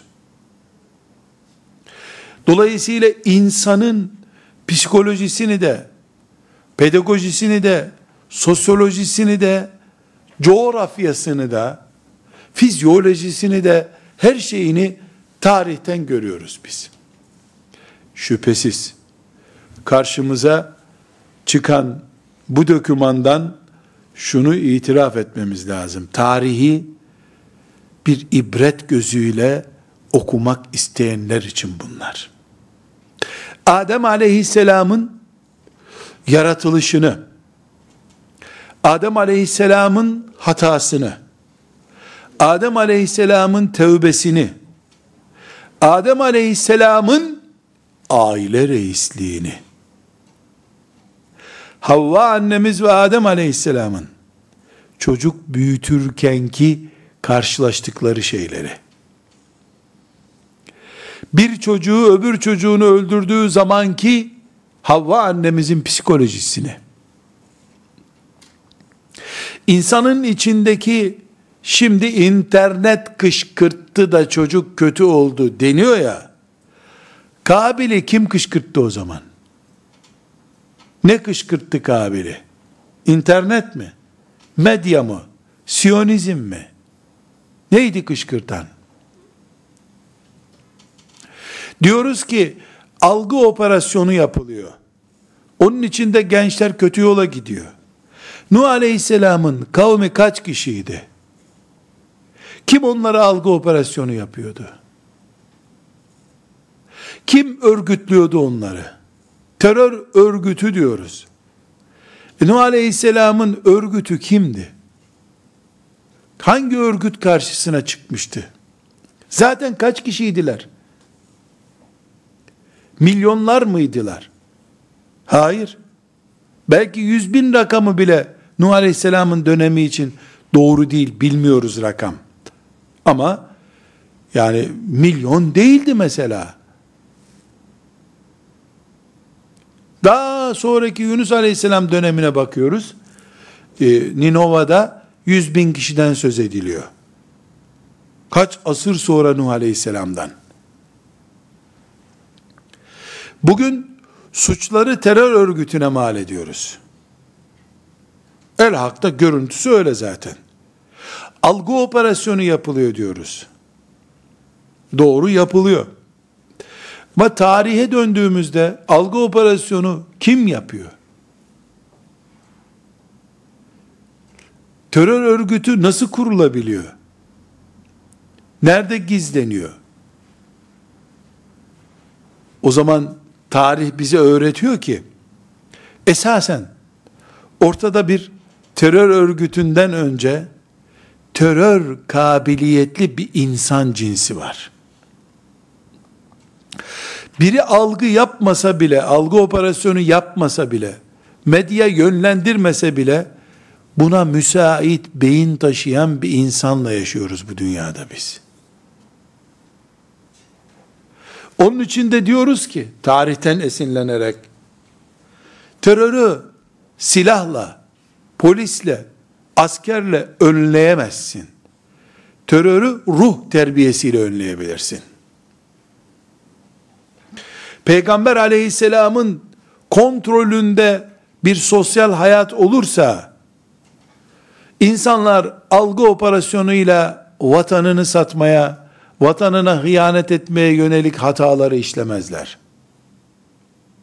Dolayısıyla insanın psikolojisini de, pedagojisini de, sosyolojisini de, coğrafyasını da, fizyolojisini de, her şeyini tarihten görüyoruz biz. Şüphesiz karşımıza çıkan bu dokümandan şunu itiraf etmemiz lazım. Tarihi bir ibret gözüyle okumak isteyenler için bunlar. Adem aleyhisselamın yaratılışını, Adem aleyhisselamın hatasını, Adem aleyhisselamın tövbesini, Adem aleyhisselamın aile reisliğini, Havva annemiz ve Adem aleyhisselamın çocuk büyütürkenki karşılaştıkları şeyleri, bir çocuğu öbür çocuğunu öldürdüğü zamanki Havva annemizin psikolojisini, insanın içindeki şimdi internet kışkırttı da çocuk kötü oldu deniyor ya, Kabil'i kim kışkırttı o zaman? Ne kışkırttı Kabil'i? İnternet mi? Medya mı? Siyonizm mi? Neydi kışkırtan? Diyoruz ki algı operasyonu yapılıyor. Onun için de gençler kötü yola gidiyor. Nuh Aleyhisselam'ın kavmi kaç kişiydi? Kim onlara algı operasyonu yapıyordu? Kim örgütlüyordu onları? Terör örgütü diyoruz. Nuh Aleyhisselam'ın örgütü kimdi? Hangi örgüt karşısına çıkmıştı? Zaten kaç kişiydiler? Milyonlar mıydılar? Hayır. Belki 100.000 rakamı bile Nuh Aleyhisselam'ın dönemi için doğru değil, bilmiyoruz rakam. Ama yani milyon değildi mesela. Daha sonraki Yunus Aleyhisselam dönemine bakıyoruz. Ninova'da 100.000 kişiden söz ediliyor. Kaç asır sonra Nuh Aleyhisselam'dan. Bugün suçları terör örgütüne mal ediyoruz. El-Hak'ta görüntüsü öyle zaten. Algı operasyonu yapılıyor diyoruz. Doğru, yapılıyor. Ama tarihe döndüğümüzde algı operasyonu kim yapıyor? Terör örgütü nasıl kurulabiliyor? Nerede gizleniyor? O zaman tarih bize öğretiyor ki esasen ortada bir terör örgütünden önce terör kabiliyetli bir insan cinsi var. Biri algı yapmasa bile, algı operasyonu yapmasa bile, medya yönlendirmese bile, buna müsait beyin taşıyan bir insanla yaşıyoruz bu dünyada biz. Onun için de diyoruz ki, tarihten esinlenerek, terörü silahla, polisle, askerle önleyemezsin. Terörü ruh terbiyesiyle önleyebilirsin. Peygamber aleyhisselamın kontrolünde bir sosyal hayat olursa, insanlar algı operasyonuyla vatanını satmaya, vatanına hıyanet etmeye yönelik hataları işlemezler.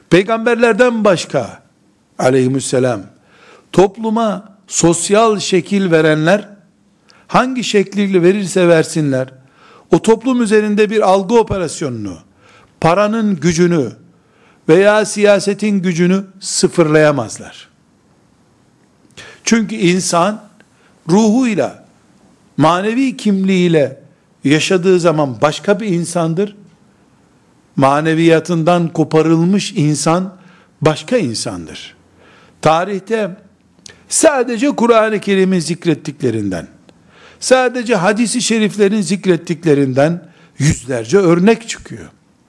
Peygamberlerden başka aleyhisselam topluma sosyal şekil verenler, hangi şekliyle verirse versinler, o toplum üzerinde bir algı operasyonunu, paranın gücünü veya siyasetin gücünü sıfırlayamazlar. Çünkü insan ruhuyla, manevi kimliğiyle yaşadığı zaman başka bir insandır. Maneviyatından koparılmış insan başka insandır. Tarihte sadece Kur'an-ı Kerim'in zikrettiklerinden, sadece hadisi şeriflerin zikrettiklerinden yüzlerce örnek çıkıyor.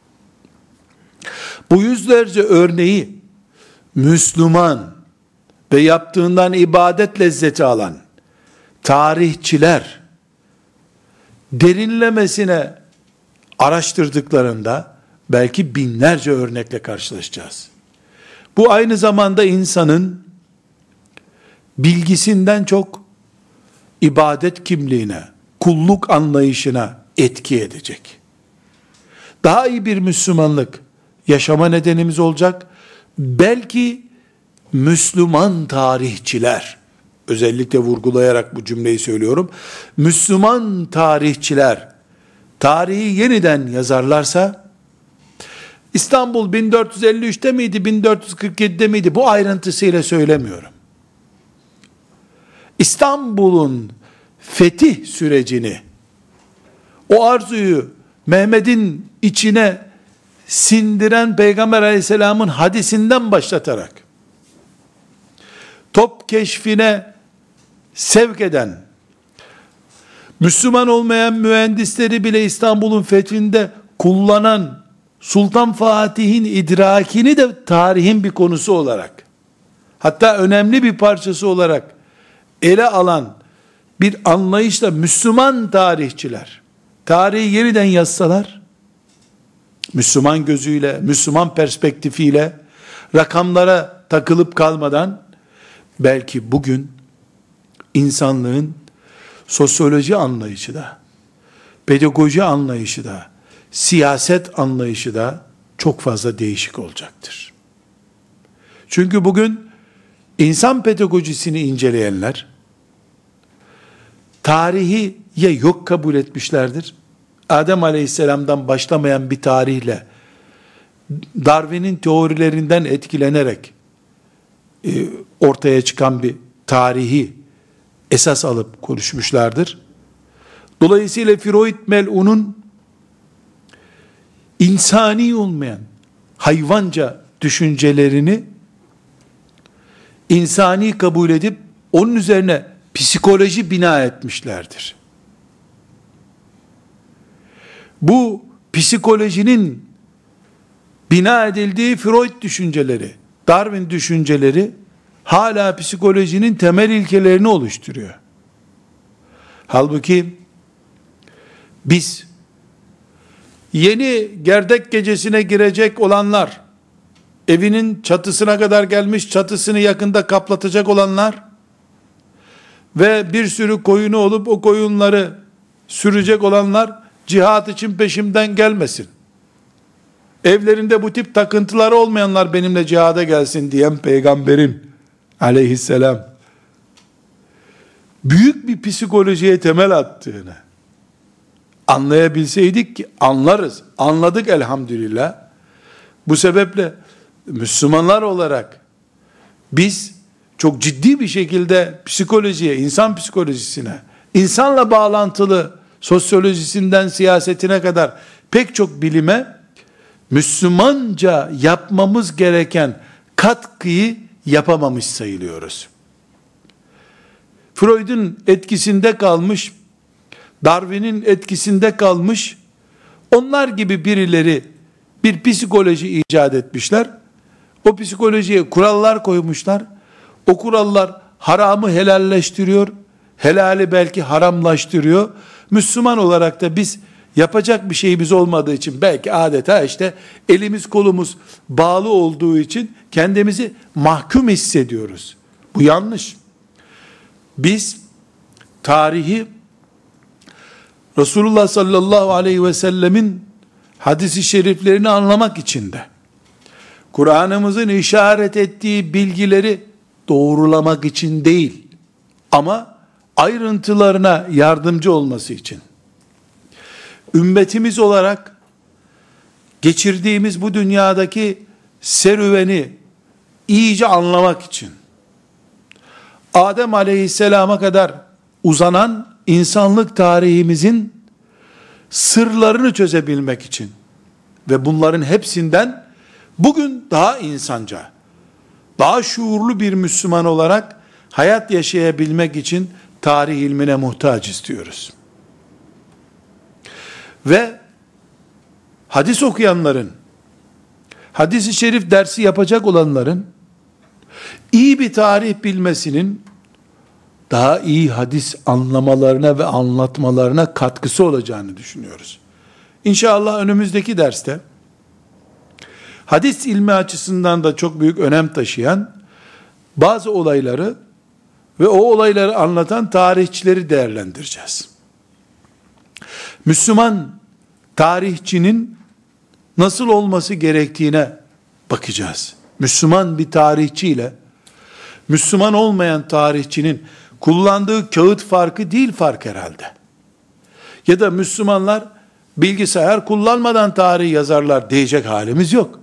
Bu yüzlerce örneği Müslüman ve yaptığından ibadet lezzeti alan tarihçiler derinlemesine araştırdıklarında belki binlerce örnekle karşılaşacağız. Bu aynı zamanda insanın bilgisinden çok ibadet kimliğine, kulluk anlayışına etki edecek. Daha iyi bir Müslümanlık yaşama nedenimiz olacak. Belki Müslüman tarihçiler, özellikle vurgulayarak bu cümleyi söylüyorum, Müslüman tarihçiler tarihi yeniden yazarlarsa, İstanbul 1453'te miydi, 1447'de miydi, bu ayrıntısıyla söylemiyorum. İstanbul'un fetih sürecini, o arzuyu Mehmet'in içine sindiren Peygamber aleyhisselamın hadisinden başlatarak, top keşfine sevk eden, Müslüman olmayan mühendisleri bile İstanbul'un fethinde kullanan Sultan Fatih'in idrakini de tarihin bir konusu olarak, hatta önemli bir parçası olarak ele alan bir anlayışla Müslüman tarihçiler, tarihi yeniden yazsalar, Müslüman gözüyle, Müslüman perspektifiyle, rakamlara takılıp kalmadan, belki bugün insanlığın sosyoloji anlayışı da, pedagoji anlayışı da, siyaset anlayışı da çok fazla değişik olacaktır. Çünkü bugün insan pedagojisini inceleyenler, tarihi ya yok kabul etmişlerdir, Adem Aleyhisselam'dan başlamayan bir tarihle, Darwin'in teorilerinden etkilenerek ortaya çıkan bir tarihi esas alıp konuşmuşlardır. Dolayısıyla Freud mel'unun insani olmayan, hayvanca düşüncelerini insani kabul edip onun üzerine psikoloji bina etmişlerdir. Bu psikolojinin bina edildiği Freud düşünceleri, Darwin düşünceleri hala psikolojinin temel ilkelerini oluşturuyor. Halbuki biz yeni gerdek gecesine girecek olanlar, evinin çatısına kadar gelmiş, çatısını yakında kaplatacak olanlar ve bir sürü koyunu olup o koyunları sürecek olanlar cihat için peşimden gelmesin. Evlerinde bu tip takıntıları olmayanlar benimle cihada gelsin diyen peygamberin aleyhisselam büyük bir psikolojiye temel attığını anlayabilseydik ki, anlarız. Anladık elhamdülillah. Bu sebeple Müslümanlar olarak biz çok ciddi bir şekilde psikolojiye, insan psikolojisine, insanla bağlantılı sosyolojisinden siyasetine kadar pek çok bilime Müslümanca yapmamız gereken katkıyı yapamamış sayılıyoruz. Freud'un etkisinde kalmış, Darwin'in etkisinde kalmış, onlar gibi birileri bir psikoloji icat etmişler. O psikolojiye kurallar koymuşlar. O kurallar haramı helalleştiriyor, helali belki haramlaştırıyor. Müslüman olarak da biz yapacak bir şeyimiz olmadığı için, belki adeta işte elimiz kolumuz bağlı olduğu için kendimizi mahkum hissediyoruz. Bu yanlış. Biz tarihi Resulullah sallallahu aleyhi ve sellemin hadisi şeriflerini anlamak için de, Kur'an'ımızın işaret ettiği bilgileri doğrulamak için değil, ama ayrıntılarına yardımcı olması için. Ümmetimiz olarak geçirdiğimiz bu dünyadaki serüveni iyice anlamak için, Adem aleyhisselama kadar uzanan insanlık tarihimizin sırlarını çözebilmek için ve bunların hepsinden bugün daha insanca, daha şuurlu bir Müslüman olarak hayat yaşayabilmek için tarih ilmine muhtaç istiyoruz. Ve hadis okuyanların, hadis-i şerif dersi yapacak olanların iyi bir tarih bilmesinin daha iyi hadis anlamalarına ve anlatmalarına katkısı olacağını düşünüyoruz. İnşallah önümüzdeki derste hadis ilmi açısından da çok büyük önem taşıyan bazı olayları ve o olayları anlatan tarihçileri değerlendireceğiz. Müslüman tarihçinin nasıl olması gerektiğine bakacağız. Müslüman bir tarihçiyle Müslüman olmayan tarihçinin kullandığı kağıt farkı değil fark herhalde. Ya da Müslümanlar bilgisayar kullanmadan tarih yazarlar diyecek halimiz yok.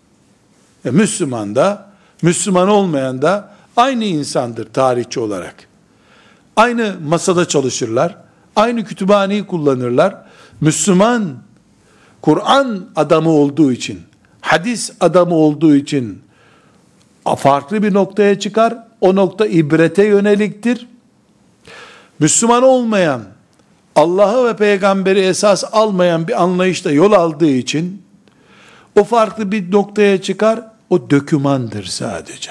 Müslüman da, Müslüman olmayan da aynı insandır tarihçi olarak. Aynı masada çalışırlar, aynı kütüphaneyi kullanırlar. Müslüman, Kur'an adamı olduğu için, hadis adamı olduğu için farklı bir noktaya çıkar. O nokta ibrete yöneliktir. Müslüman olmayan, Allah'ı ve peygamberi esas almayan bir anlayışla yol aldığı için o farklı bir noktaya çıkar. O dökümandır sadece.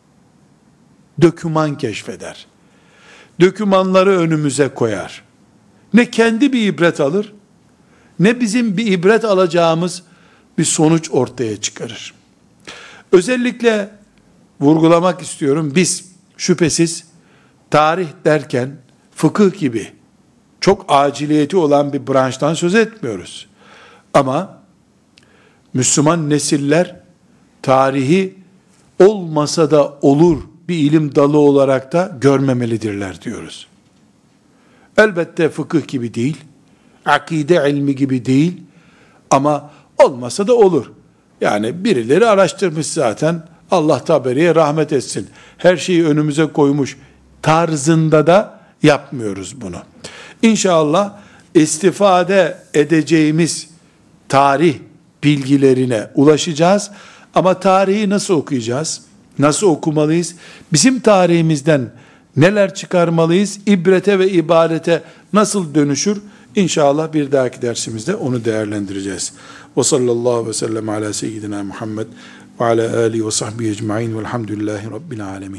Döküman keşfeder. Dökümanları önümüze koyar. Ne kendi bir ibret alır, ne bizim bir ibret alacağımız bir sonuç ortaya çıkarır. Özellikle vurgulamak istiyorum, biz şüphesiz tarih derken fıkıh gibi çok aciliyeti olan bir branştan söz etmiyoruz. Ama Müslüman nesiller tarihi olmasa da olur bir ilim dalı olarak da görmemelidirler diyoruz. Elbette fıkıh gibi değil, akide ilmi gibi değil, ama olmasa da olur. Yani birileri araştırmış zaten, Allah taberiye rahmet etsin, her şeyi önümüze koymuş tarzında da yapmıyoruz bunu. İnşallah istifade edeceğimiz tarih bilgilerine ulaşacağız. Ama tarihi nasıl okuyacağız? Nasıl okumalıyız? Bizim tarihimizden neler çıkarmalıyız? İbrete ve ibadete nasıl dönüşür? İnşallah bir dahaki dersimizde onu değerlendireceğiz. Ve sallallahu ve sellem ala seyyidina Muhammed ve ala alihi ve sahbihi ecma'in velhamdülillahi rabbil alemin.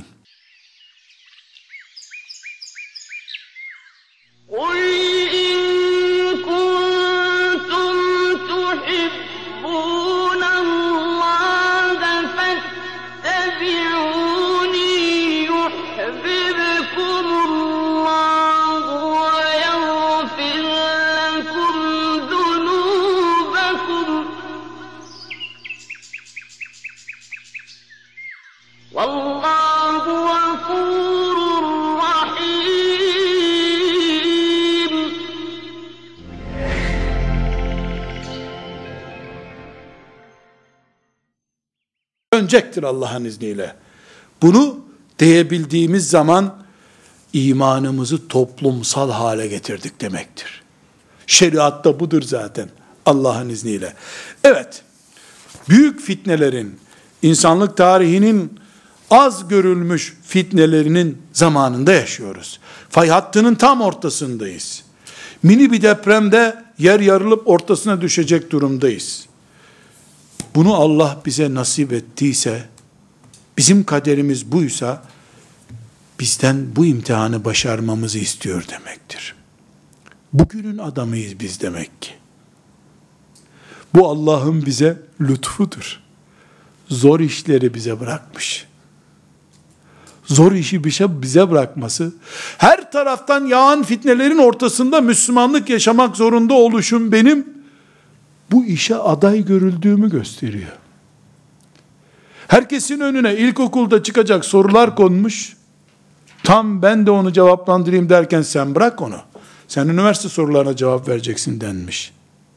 Dönecektir Allah'ın izniyle. Bunu diyebildiğimiz zaman imanımızı toplumsal hale getirdik demektir. Şeriat da budur zaten Allah'ın izniyle. Evet, büyük fitnelerin, insanlık tarihinin az görülmüş fitnelerinin zamanında yaşıyoruz. Fay hattının tam ortasındayız. Mini bir depremde yer yarılıp ortasına düşecek durumdayız. Bunu Allah bize nasip ettiyse, bizim kaderimiz buysa, bizden bu imtihanı başarmamızı istiyor demektir. Bugünün adamıyız biz demek ki. Bu Allah'ın bize lütfudur. Zor işleri bize bırakmış. Zor işi bize bırakması, her taraftan yağan fitnelerin ortasında Müslümanlık yaşamak zorunda oluşum benim, bu işe aday görüldüğümü gösteriyor. Herkesin önüne ilkokulda çıkacak sorular konmuş. Tam ben de onu cevaplandırayım derken sen bırak onu. Sen üniversite sorularına cevap vereceksin denmiş.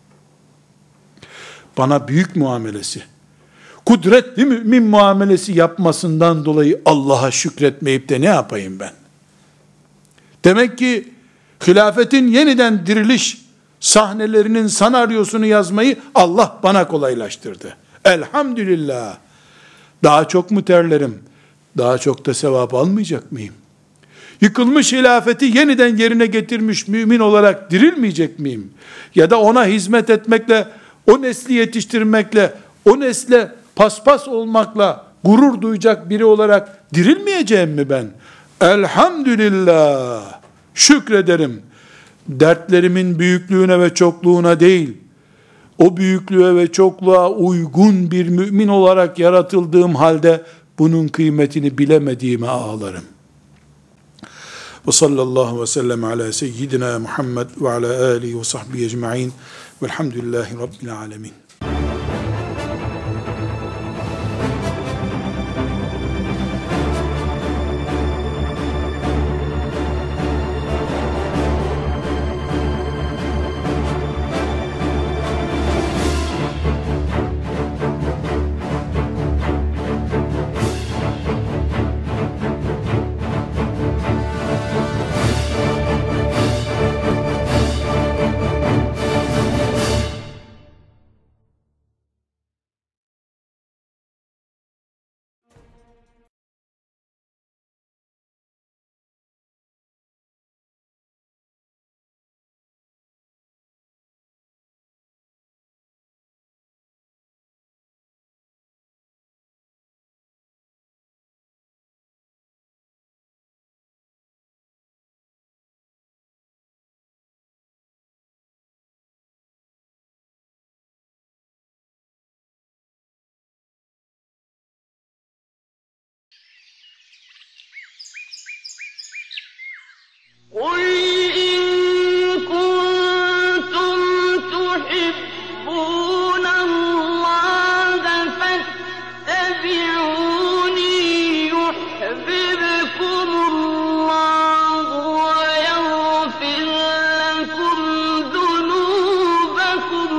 Bana büyük muamelesi, kudretli mümin muamelesi yapmasından dolayı Allah'a şükretmeyip de ne yapayım ben? Demek ki hilafetin yeniden diriliş sahnelerinin senaryosunu yazmayı Allah bana kolaylaştırdı. Elhamdülillah. Daha çok mu terlerim? Daha çok da sevap almayacak mıyım? Yıkılmış hilafeti yeniden yerine getirmiş mümin olarak dirilmeyecek miyim? Ya da ona hizmet etmekle, o nesli yetiştirmekle, o nesle paspas olmakla gurur duyacak biri olarak dirilmeyeceğim mi ben? Elhamdülillah. Şükrederim. Dertlerimin büyüklüğüne ve çokluğuna değil, o büyüklüğe ve çokluğa uygun bir mümin olarak yaratıldığım halde bunun kıymetini bilemediğime ağlarım. Ve sallallahu ve sellem ala seyyidina Muhammed ve ala alihi ve sahbihi ecma'in velhamdülillahi rabbil alemin. قل إن كنتم تحبون الله فاتبعوني يحببكم الله ويغفر لكم ذنوبكم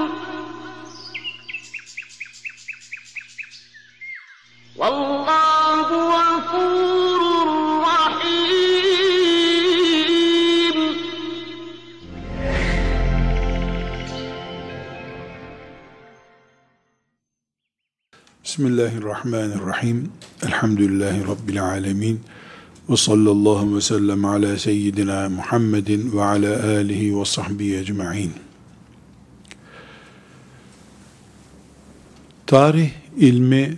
والله غفور رحيم. Bismillahirrahmanirrahim. Elhamdülillahi Rabbil alemin. Ve sallallahu ve sellem ala seyyidina Muhammedin ve ala alihi ve sahbihi ecma'in. Tarih ilmi,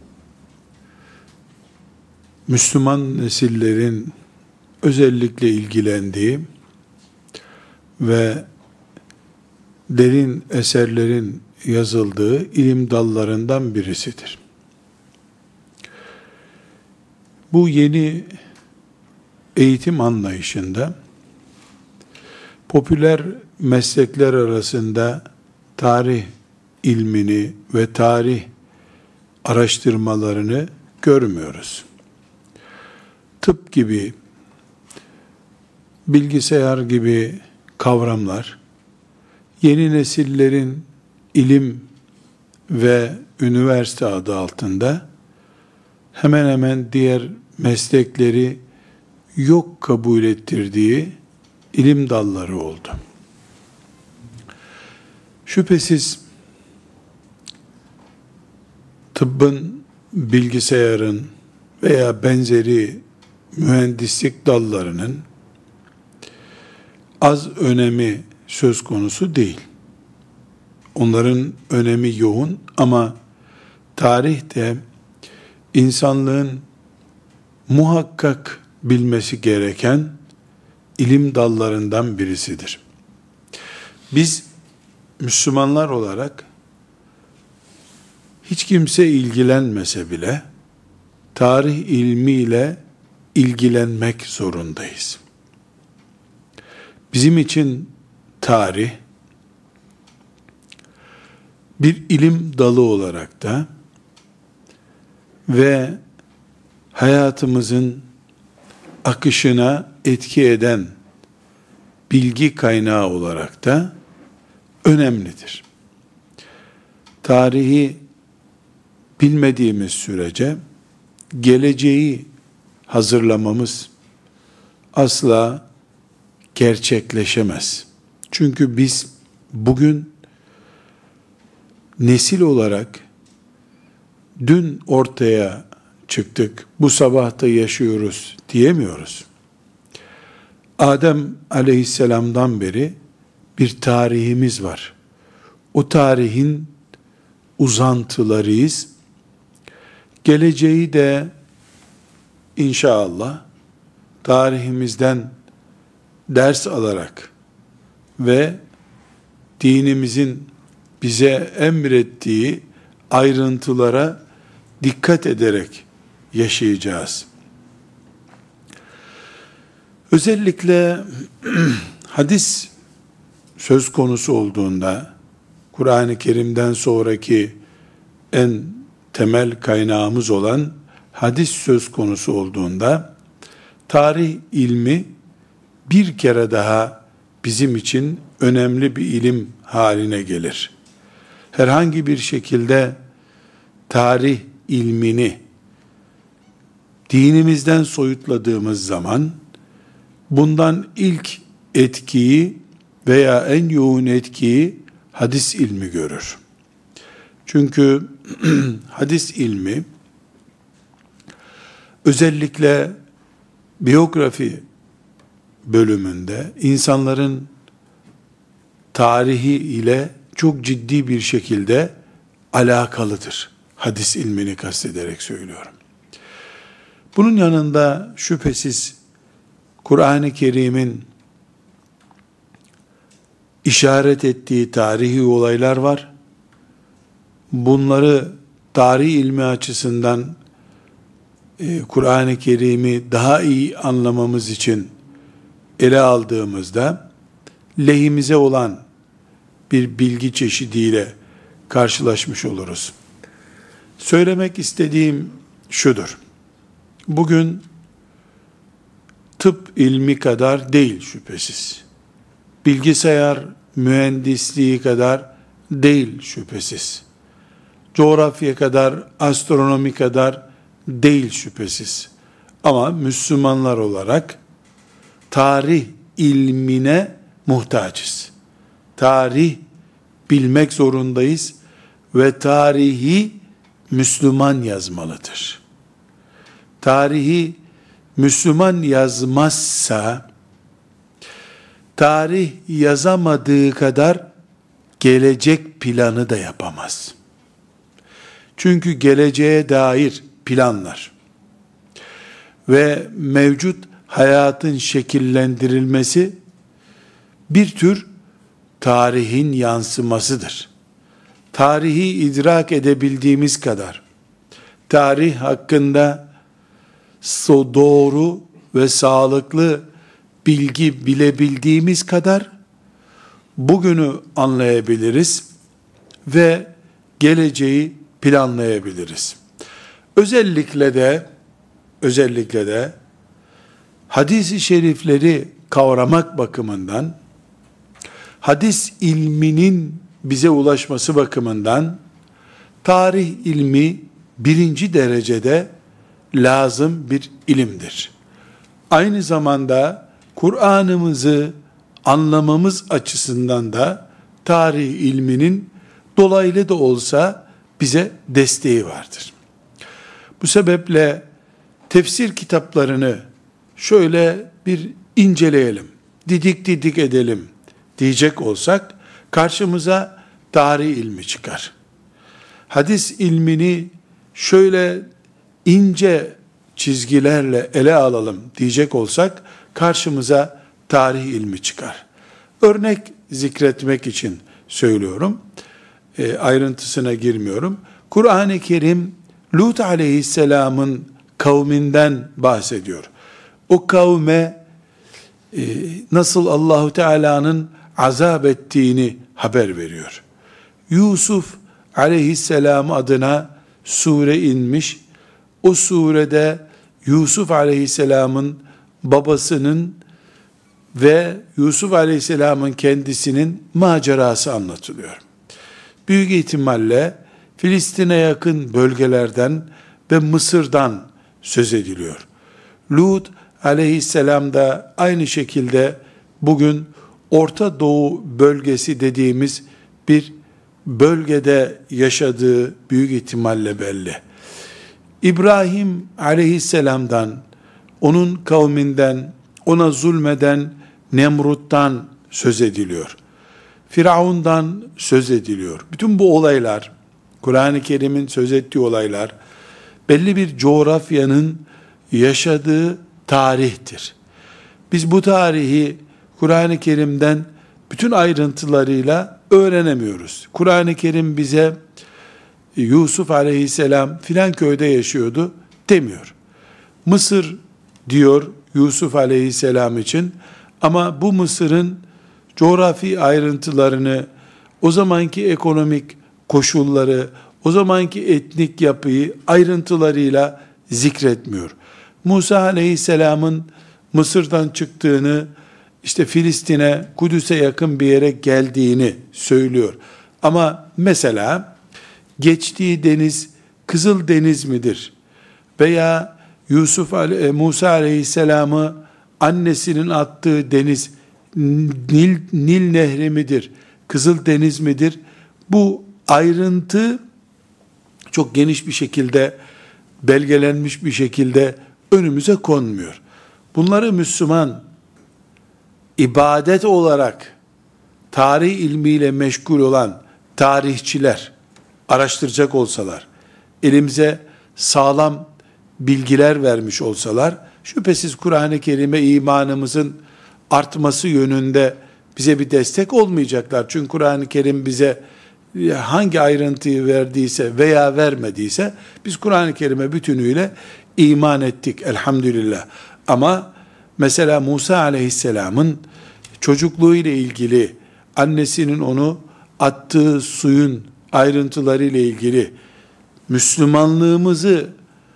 Müslüman nesillerin özellikle ilgilendiği ve derin eserlerin yazıldığı ilim dallarından birisidir. Bu yeni eğitim anlayışında popüler meslekler arasında tarih ilmini ve tarih araştırmalarını görmüyoruz. Tıp gibi, bilgisayar gibi kavramlar, yeni nesillerin ilim ve üniversite adı altında hemen hemen diğer meslekleri yok kabul ettirdiği ilim dalları oldu. Şüphesiz tıbbın, bilgisayarın veya benzeri mühendislik dallarının az önemi söz konusu değil. Onların önemi yoğun ama tarihte insanlığın muhakkak bilmesi gereken ilim dallarından birisidir. Biz Müslümanlar olarak hiç kimse ilgilenmese bile tarih ilmiyle ilgilenmek zorundayız. Bizim için tarih bir ilim dalı olarak da ve hayatımızın akışına etki eden bilgi kaynağı olarak da önemlidir. Tarihi bilmediğimiz sürece geleceği hazırlamamız asla gerçekleşemez. Çünkü biz bugün nesil olarak dün ortaya çıktık, bu sabahta yaşıyoruz diyemiyoruz. Adem aleyhisselamdan beri bir tarihimiz var. O tarihin uzantılarıyız. Geleceği de inşallah tarihimizden ders alarak ve dinimizin bize emrettiği ayrıntılara dikkat ederek yaşayacağız. Özellikle hadis söz konusu olduğunda, Kur'an-ı Kerim'den sonraki en temel kaynağımız olan hadis söz konusu olduğunda, tarih ilmi bir kere daha bizim için önemli bir ilim haline gelir. Herhangi bir şekilde tarih ilmini dinimizden soyutladığımız zaman, bundan ilk etkiyi veya en yoğun etkiyi hadis ilmi görür. Çünkü hadis ilmi özellikle biyografi bölümünde insanların tarihi ile çok ciddi bir şekilde alakalıdır. Hadis ilmini kastederek söylüyorum. Bunun yanında şüphesiz Kur'an-ı Kerim'in işaret ettiği tarihi olaylar var. Bunları tarih ilmi açısından Kur'an-ı Kerim'i daha iyi anlamamız için ele aldığımızda lehimize olan bir bilgi çeşidiyle karşılaşmış oluruz. Söylemek istediğim şudur. Bugün tıp ilmi kadar değil şüphesiz. Bilgisayar mühendisliği kadar değil şüphesiz. Coğrafya kadar, astronomi kadar değil şüphesiz. Ama Müslümanlar olarak tarih ilmine muhtaçız. Tarih bilmek zorundayız ve tarihi Müslüman yazmalıdır. Tarihi Müslüman yazmazsa, tarih yazamadığı kadar gelecek planı da yapamaz. Çünkü geleceğe dair planlar ve mevcut hayatın şekillendirilmesi bir tür tarihin yansımasıdır. Tarihi idrak edebildiğimiz kadar, tarih hakkında doğru ve sağlıklı bilgi bilebildiğimiz kadar bugünü anlayabiliriz ve geleceği planlayabiliriz. Özellikle de hadis-i şerifleri kavramak bakımından, hadis ilminin bize ulaşması bakımından tarih ilmi birinci derecede lazım bir ilimdir. Aynı zamanda Kur'an'ımızı anlamamız açısından da tarih ilminin dolaylı da olsa bize desteği vardır. Bu sebeple tefsir kitaplarını şöyle bir inceleyelim, didik didik edelim diyecek olsak karşımıza tarih ilmi çıkar. Hadis ilmini şöyle ince çizgilerle ele alalım diyecek olsak karşımıza tarih ilmi çıkar. Örnek zikretmek için söylüyorum. Ayrıntısına girmiyorum. Kur'an-ı Kerim Lut aleyhisselamın kavminden bahsediyor. O kavme nasıl Allahu Teala'nın azap ettiğini haber veriyor. Yusuf aleyhisselam adına sure inmiş. O surede Yusuf Aleyhisselam'ın babasının ve Yusuf Aleyhisselam'ın kendisinin macerası anlatılıyor. Büyük ihtimalle Filistin'e yakın bölgelerden ve Mısır'dan söz ediliyor. Lut Aleyhisselam da aynı şekilde bugün Orta Doğu bölgesi dediğimiz bir bölgede yaşadığı büyük ihtimalle belli. İbrahim Aleyhisselam'dan, onun kavminden, ona zulmeden Nemrut'tan söz ediliyor. Firavun'dan söz ediliyor. Bütün bu olaylar, Kur'an-ı Kerim'in söz ettiği olaylar, belli bir coğrafyanın yaşadığı tarihtir. Biz bu tarihi Kur'an-ı Kerim'den bütün ayrıntılarıyla öğrenemiyoruz. Kur'an-ı Kerim bize Yusuf Aleyhisselam filan köyde yaşıyordu demiyor. Mısır diyor Yusuf Aleyhisselam için, ama bu Mısır'ın coğrafi ayrıntılarını, o zamanki ekonomik koşulları, o zamanki etnik yapıyı ayrıntılarıyla zikretmiyor. Musa Aleyhisselam'ın Mısır'dan çıktığını, işte Filistin'e, Kudüs'e yakın bir yere geldiğini söylüyor. Ama mesela geçtiği deniz Kızıl Deniz midir? Veya Musa Aleyhisselam'ı annesinin attığı deniz Nil Nehri midir? Kızıl Deniz midir? Bu ayrıntı çok geniş bir şekilde, belgelenmiş bir şekilde önümüze konmuyor. Bunları Müslüman ibadet olarak tarih ilmiyle meşgul olan tarihçiler araştıracak olsalar, elimize sağlam bilgiler vermiş olsalar, şüphesiz Kur'an-ı Kerim'e imanımızın artması yönünde bize bir destek olmayacaklar. Çünkü Kur'an-ı Kerim bize hangi ayrıntıyı verdiyse veya vermediyse, biz Kur'an-ı Kerim'e bütünüyle iman ettik elhamdülillah. Ama mesela Musa Aleyhisselam'ın çocukluğu ile ilgili, annesinin onu attığı suyun ayrıntıları ile ilgili Müslümanlığımızı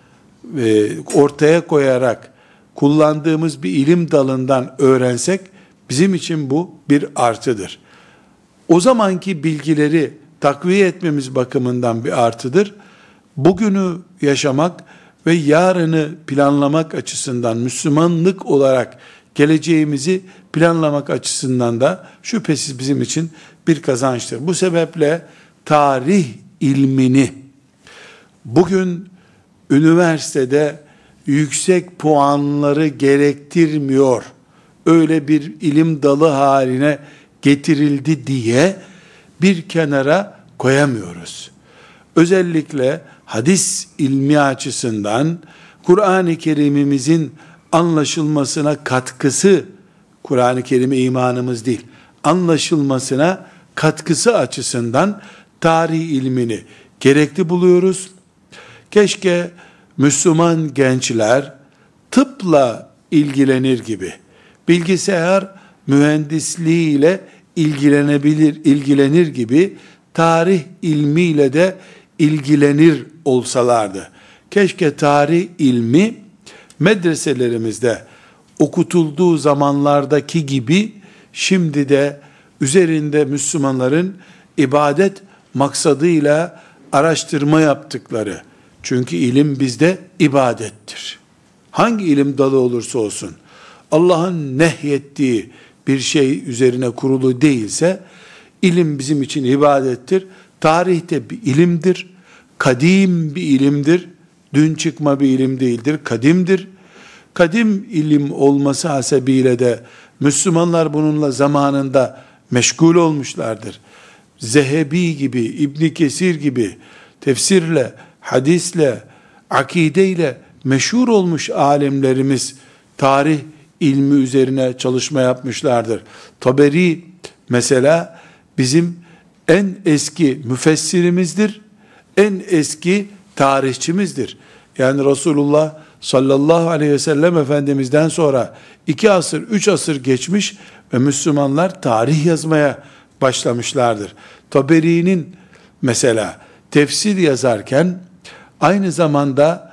ortaya koyarak kullandığımız bir ilim dalından öğrensek, bizim için bu bir artıdır. O zamanki bilgileri takviye etmemiz bakımından bir artıdır. Bugünü yaşamak ve yarını planlamak açısından, Müslümanlık olarak geleceğimizi planlamak açısından da şüphesiz bizim için bir kazançtır. Bu sebeple tarih ilmini bugün üniversitede yüksek puanları gerektirmiyor, öyle bir ilim dalı haline getirildi diye bir kenara koyamıyoruz. Özellikle hadis ilmi açısından Kur'an-ı Kerim'imizin anlaşılmasına katkısı, Kur'an-ı Kerim'e imanımız değil, anlaşılmasına katkısı açısından tarih ilmini gerekli buluyoruz. Keşke Müslüman gençler tıpla ilgilenir gibi, bilgisayar mühendisliğiyle ilgilenir gibi tarih ilmiyle de ilgilenir olsalardı. Keşke tarih ilmi medreselerimizde okutulduğu zamanlardaki gibi şimdi de üzerinde Müslümanların ibadet maksadıyla araştırma yaptıkları, çünkü ilim bizde ibadettir. Hangi ilim dalı olursa olsun, Allah'ın nehyettiği bir şey üzerine kurulu değilse, ilim bizim için ibadettir. Tarihte bir ilimdir, kadim bir ilimdir, dün çıkma bir ilim değildir, kadimdir. Kadim ilim olması hasebiyle de Müslümanlar bununla zamanında meşgul olmuşlardır. Zehebi gibi, İbn Kesir gibi tefsirle, hadisle, akideyle meşhur olmuş alimlerimiz tarih ilmi üzerine çalışma yapmışlardır. Taberi mesela bizim en eski müfessirimizdir, en eski tarihçimizdir. Yani Resulullah sallallahu aleyhi ve sellem Efendimiz'den sonra 2 asır, 3 asır geçmiş ve Müslümanlar tarih yazmaya başlamışlardır. Taberi'nin mesela tefsir yazarken aynı zamanda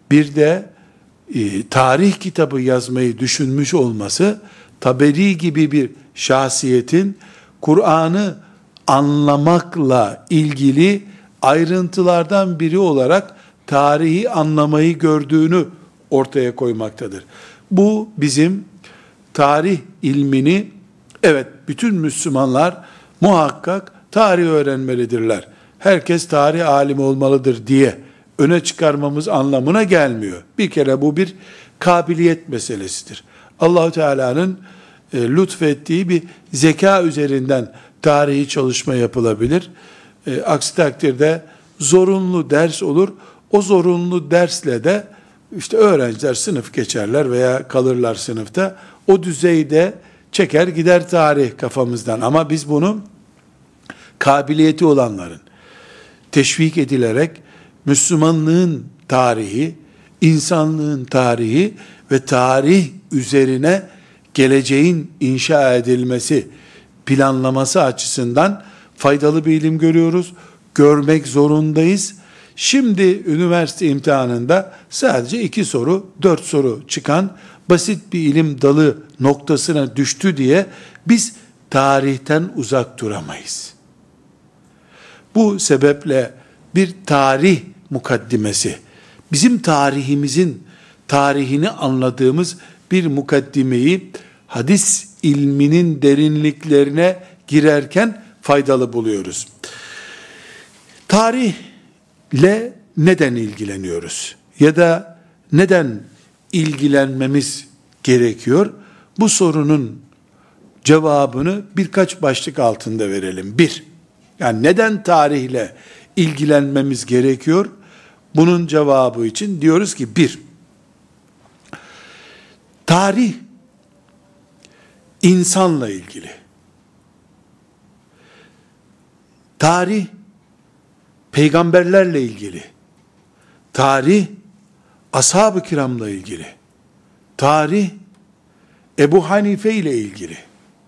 bir de tarih kitabı yazmayı düşünmüş olması, Taberi gibi bir şahsiyetin Kur'an'ı anlamakla ilgili ayrıntılardan biri olarak tarihi anlamayı gördüğünü ortaya koymaktadır. Bu bizim tarih ilmini, evet, bütün Müslümanlar muhakkak tarih öğrenmelidirler, herkes tarih alimi olmalıdır diye öne çıkarmamız anlamına gelmiyor. Bir kere bu bir kabiliyet meselesidir. Allah-u Teala'nın lütfettiği bir zeka üzerinden tarihi çalışma yapılabilir. Aksi takdirde zorunlu ders olur. O zorunlu dersle de işte öğrenciler sınıf geçerler veya kalırlar sınıfta. O düzeyde çeker gider tarih kafamızdan. Ama biz bunu kabiliyeti olanların teşvik edilerek Müslümanlığın tarihi, insanlığın tarihi ve tarih üzerine geleceğin inşa edilmesi, planlaması açısından faydalı bir ilim görüyoruz. Görmek zorundayız. Şimdi üniversite imtihanında sadece 2 soru, 4 soru çıkan basit bir ilim dalı noktasına düştü diye biz tarihten uzak duramayız. Bu sebeple bir tarih mukaddimesi, bizim tarihimizin tarihini anladığımız bir mukaddimeyi hadis ilminin derinliklerine girerken faydalı buluyoruz. Tarihle neden ilgileniyoruz? Ya da neden ilgilenmemiz gerekiyor? Bu sorunun cevabını birkaç başlık altında verelim. Bir, yani neden tarihle ilgilenmemiz gerekiyor? Bunun cevabı için diyoruz ki, bir, tarih insanla ilgili. Tarih peygamberlerle ilgili. Tarih ashab-ı kiramla ilgili. Tarih Ebu Hanife ile ilgili.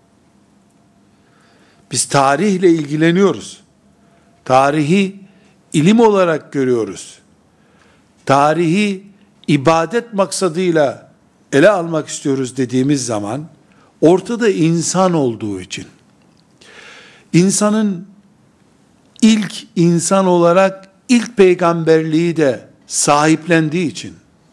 Biz tarihle ilgileniyoruz. Tarihi ilim olarak görüyoruz. Tarihi ibadet maksadıyla ele almak istiyoruz dediğimiz zaman, ortada insan olduğu için, insanın ilk insan olarak ilk peygamberliği de sahiplendiği için,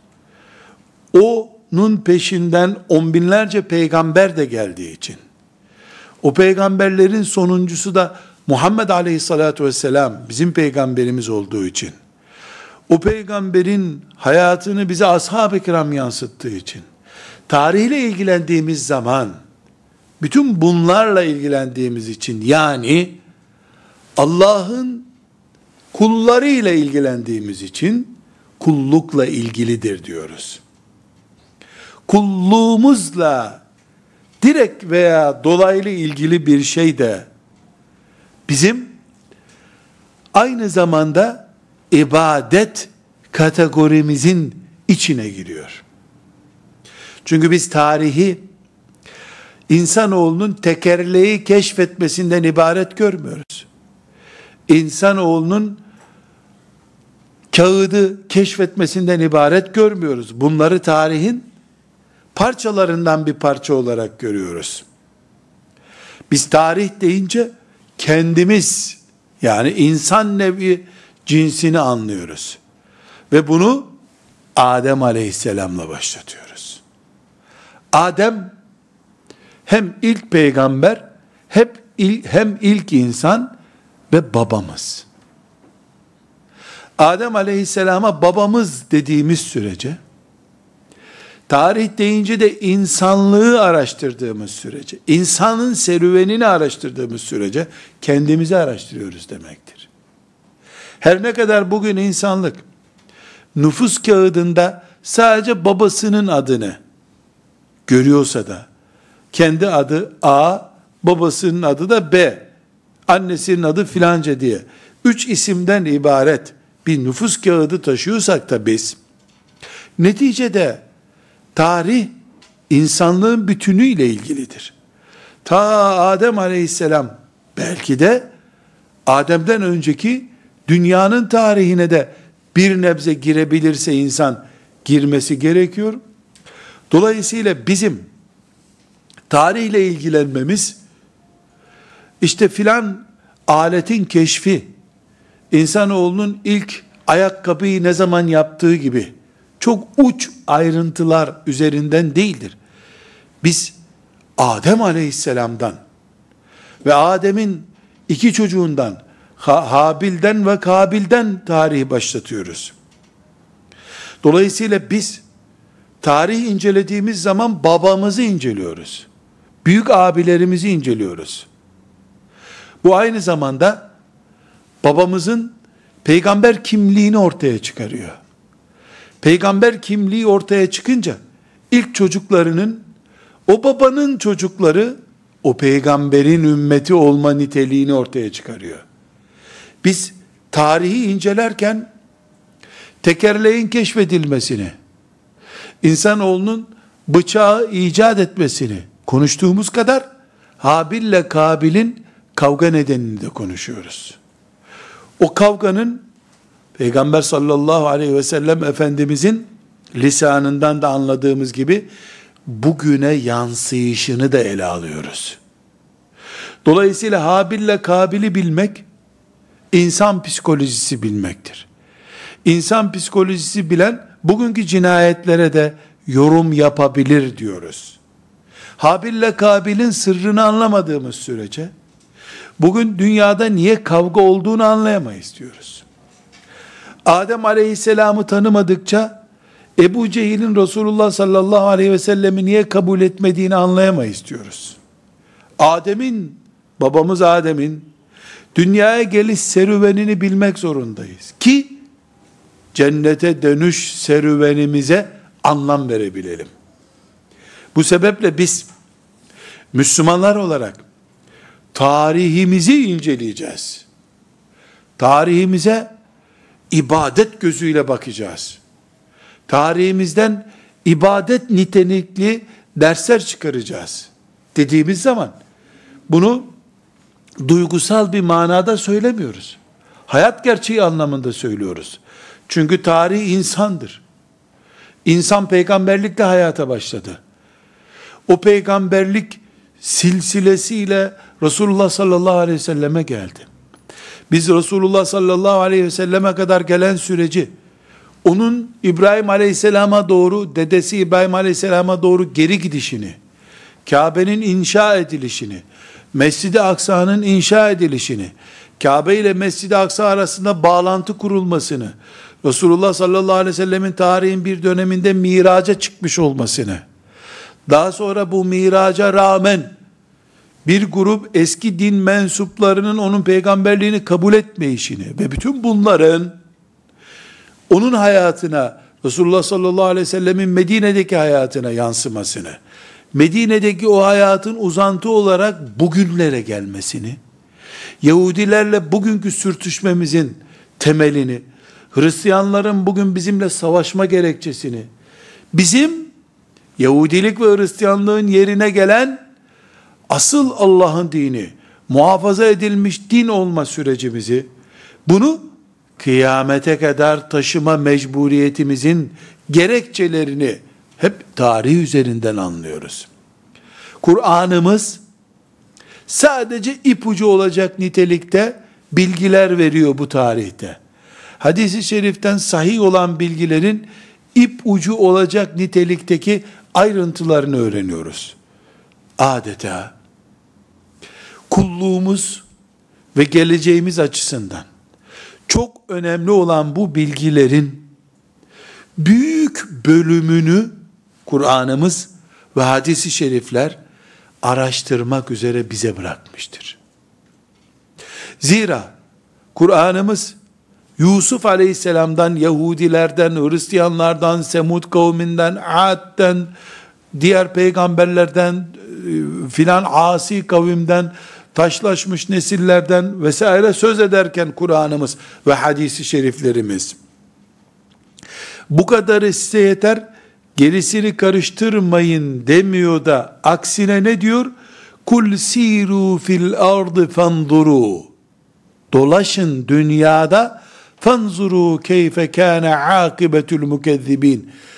onun peşinden on binlerce peygamber de geldiği için, o peygamberlerin sonuncusu da Muhammed Aleyhisselatü Vesselam bizim peygamberimiz olduğu için, o peygamberin hayatını bize ashab-ı kiram yansıttığı için, tarihle ilgilendiğimiz zaman, bütün bunlarla ilgilendiğimiz için, yani Allah'ın kullarıyla ilgilendiğimiz için kullukla ilgilidir diyoruz. Kulluğumuzla direkt veya dolaylı ilgili bir şey de bizim aynı zamanda ibadet kategorimizin içine giriyor. Çünkü biz tarihi insanoğlunun tekerleği keşfetmesinden ibaret görmüyoruz. İnsanoğlunun kağıdı keşfetmesinden ibaret görmüyoruz. Bunları tarihin parçalarından bir parça olarak görüyoruz. Biz tarih deyince kendimiz, yani insan nevi cinsini anlıyoruz. Ve bunu Adem Aleyhisselam'la başlatıyoruz. Adem hem ilk peygamber, hem ilk insan ve babamız. Adem Aleyhisselam'a babamız dediğimiz sürece, tarih deyince de insanlığı araştırdığımız sürece, insanın serüvenini araştırdığımız sürece kendimizi araştırıyoruz demektir. Her ne kadar bugün insanlık nüfus kağıdında sadece babasının adını görüyorsa da, kendi adı A, babasının adı da B, annesinin adı filanca diye 3 isimden ibaret bir nüfus kağıdı taşıyorsak da biz, neticede tarih insanlığın bütünüyle ilgilidir. Ta Adem Aleyhisselam, belki de Adem'den önceki dünyanın tarihine de bir nebze girebilirse insan, girmesi gerekiyor. Dolayısıyla bizim tarihle ilgilenmemiz, işte filan aletin keşfi, insanoğlunun ilk ayakkabıyı ne zaman yaptığı gibi çok uç ayrıntılar üzerinden değildir. Biz Adem Aleyhisselam'dan ve Adem'in iki çocuğundan, Habil'den ve Kabil'den tarihi başlatıyoruz. Dolayısıyla biz tarihi incelediğimiz zaman babamızı inceliyoruz. Büyük abilerimizi inceliyoruz. Bu aynı zamanda babamızın peygamber kimliğini ortaya çıkarıyor. Peygamber kimliği ortaya çıkınca ilk çocuklarının, o babanın çocukları o peygamberin ümmeti olma niteliğini ortaya çıkarıyor. Biz tarihi incelerken tekerleğin keşfedilmesini, insanoğlunun bıçağı icat etmesini konuştuğumuz kadar Habil'le Kabil'in kavga nedenini de konuşuyoruz. O kavganın Peygamber sallallahu aleyhi ve sellem Efendimizin lisanından da anladığımız gibi bugüne yansıyışını da ele alıyoruz. Dolayısıyla Habil'le Kabil'i bilmek, insan psikolojisi bilmektir. İnsan psikolojisi bilen, bugünkü cinayetlere de yorum yapabilir diyoruz. Habil'le Kabil'in sırrını anlamadığımız sürece, bugün dünyada niye kavga olduğunu anlayamayız diyoruz. Adem Aleyhisselam'ı tanımadıkça, Ebu Cehil'in Resulullah sallallahu aleyhi ve sellemi niye kabul etmediğini anlayamayız diyoruz. Babamız Adem'in dünyaya geliş serüvenini bilmek zorundayız ki cennete dönüş serüvenimize anlam verebilelim. Bu sebeple biz Müslümanlar olarak tarihimizi inceleyeceğiz. Tarihimize ibadet gözüyle bakacağız. Tarihimizden ibadet nitelikli dersler çıkaracağız dediğimiz zaman bunu duygusal bir manada söylemiyoruz. Hayat gerçeği anlamında söylüyoruz. Çünkü tarih insandır. İnsan peygamberlikle hayata başladı. O peygamberlik silsilesiyle Resulullah sallallahu aleyhi ve selleme geldi. Biz Resulullah sallallahu aleyhi ve selleme kadar gelen süreci, onun İbrahim aleyhisselama doğru, dedesi İbrahim aleyhisselama doğru geri gidişini, Kabe'nin inşa edilişini, Mescid-i Aksa'nın inşa edilişini, Kabe ile Mescid-i Aksa arasında bağlantı kurulmasını, Resulullah sallallahu aleyhi ve sellemin tarihin bir döneminde miraca çıkmış olmasını, daha sonra bu miraca rağmen bir grup eski din mensuplarının onun peygamberliğini kabul etmeyişini ve bütün bunların onun hayatına, Resulullah sallallahu aleyhi ve sellemin Medine'deki hayatına yansımasını, Medine'deki o hayatın uzantı olarak bugünlere gelmesini, Yahudilerle bugünkü sürtüşmemizin temelini, Hristiyanların bugün bizimle savaşma gerekçesini, bizim Yahudilik ve Hristiyanlığın yerine gelen asıl Allah'ın dini, muhafaza edilmiş din olma sürecimizi, bunu kıyamete kadar taşıma mecburiyetimizin gerekçelerini hep tarih üzerinden anlıyoruz. Kur'an'ımız sadece ipucu olacak nitelikte bilgiler veriyor bu tarihte. Hadis-i şeriften sahih olan bilgilerin ipucu olacak nitelikteki ayrıntılarını öğreniyoruz. Adeta kulluğumuz ve geleceğimiz açısından çok önemli olan bu bilgilerin büyük bölümünü Kur'an'ımız ve hadis-i şerifler araştırmak üzere bize bırakmıştır. Zira Kur'an'ımız Yusuf aleyhisselamdan, Yahudilerden, Hristiyanlardan, Semud kavminden, Ad'den, diğer peygamberlerden, filan asi kavimden, taşlaşmış nesillerden vesaire söz ederken Kur'an'ımız ve hadis-i şeriflerimiz, bu kadarı size yeter, gerisini karıştırmayın demiyor da, aksine ne diyor? Kul siru fil ardı fanzuru. Dolaşın dünyada, fanzuru keyfe kâne âkıbetül mükezzibin.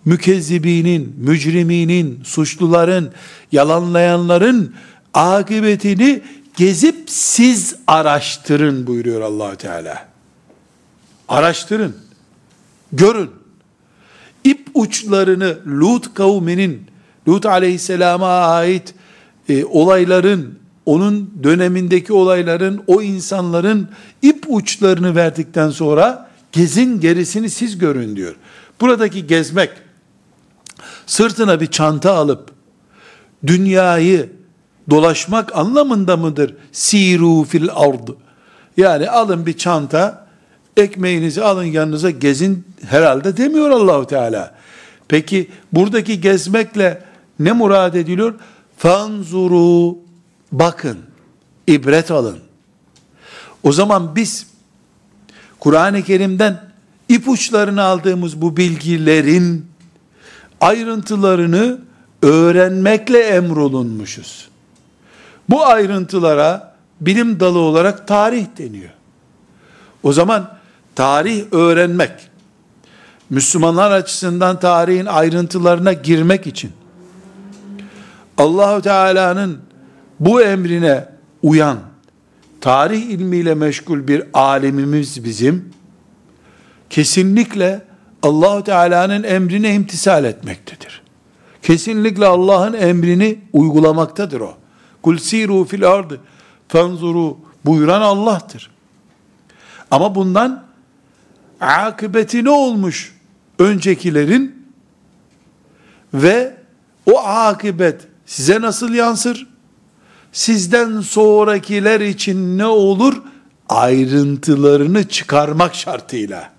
mükezzibinin, mücriminin, suçluların, yalanlayanların akıbetini gezip siz araştırın buyuruyor Allah Teala. Araştırın, görün. İp uçlarını Lut aleyhisselama ait olayların, onun dönemindeki olayların, o insanların ip uçlarını verdikten sonra gezin, gerisini siz görün diyor. Buradaki gezmek, sırtına bir çanta alıp dünyayı dolaşmak anlamında mıdır? Siru fil ard. Yani alın bir çanta, ekmeğinizi alın yanınıza, gezin herhalde demiyor Allahu Teala. Peki buradaki gezmekle ne murad ediliyor? Fanzuru, bakın, ibret alın. O zaman biz Kur'an-ı Kerim'den ipuçlarını aldığımız bu bilgilerin ayrıntılarını öğrenmekle emrolunmuşuz. Bu ayrıntılara bilim dalı olarak tarih deniyor. O zaman tarih öğrenmek, Müslümanlar açısından tarihin ayrıntılarına girmek için Allah-u Teala'nın bu emrine uyan, tarih ilmiyle meşgul bir alimimiz bizim, kesinlikle Allah-u Teala'nın emrine imtisal etmektedir. Kesinlikle Allah'ın emrini uygulamaktadır o. Kul siru fil ardı fanzuru buyuran Allah'tır. Ama bundan akıbeti ne olmuş öncekilerin ve o akıbet size nasıl yansır? Sizden sonrakiler için ne olur? Ayrıntılarını çıkarmak şartıyla.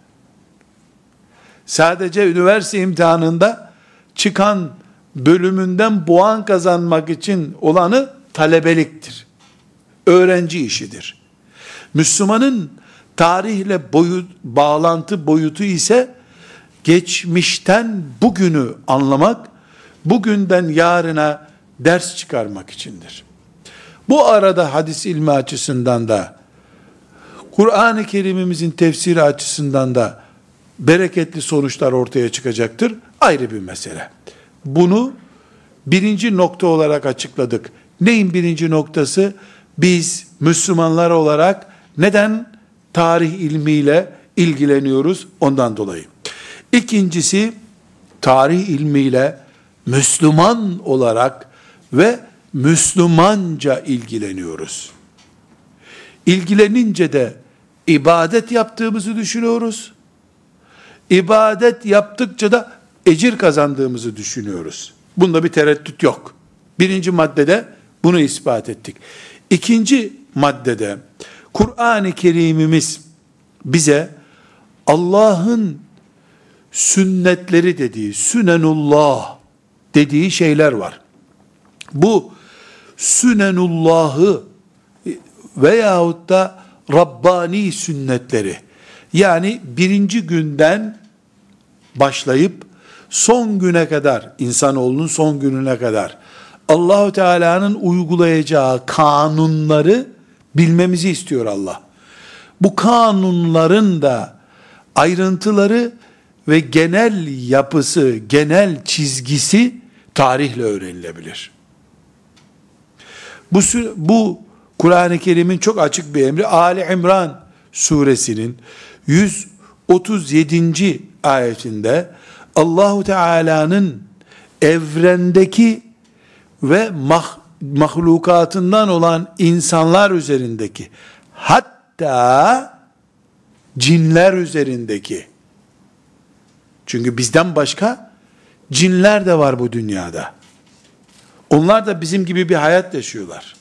Sadece üniversite imtihanında çıkan bölümünden puan kazanmak için olanı talebeliktir. Öğrenci işidir. Müslümanın tarihle bağlantı boyutu ise geçmişten bugünü anlamak, bugünden yarına ders çıkarmak içindir. Bu arada hadis ilmi açısından da, Kur'an-ı Kerim'imizin tefsiri açısından da bereketli sonuçlar ortaya çıkacaktır. Ayrı bir mesele. Bunu birinci nokta olarak açıkladık. Neyin birinci noktası? Biz Müslümanlar olarak neden tarih ilmiyle ilgileniyoruz? Ondan dolayı. İkincisi, tarih ilmiyle Müslüman olarak ve Müslümanca ilgileniyoruz. İlgilenince de ibadet yaptığımızı düşünüyoruz. İbadet yaptıkça da ecir kazandığımızı düşünüyoruz. Bunda bir tereddüt yok. Birinci maddede bunu ispat ettik. İkinci maddede Kur'an-ı Kerim'imiz bize Allah'ın sünnetleri dediği, sünenullah dediği şeyler var. Bu sünenullahı veyahut da Rabbani sünnetleri, yani birinci günden başlayıp son güne kadar, insanoğlunun son gününe kadar Allah-u Teala'nın uygulayacağı kanunları bilmemizi istiyor Allah. Bu kanunların da ayrıntıları ve genel yapısı, genel çizgisi tarihle öğrenilebilir. Bu Kur'an-ı Kerim'in çok açık bir emri. Ali İmran suresinin 137. ayetinde Allahu Teala'nın evrendeki ve mahlukatından olan insanlar üzerindeki, hatta cinler üzerindeki, çünkü bizden başka cinler de var bu dünyada. Onlar da bizim gibi bir hayat yaşıyorlar.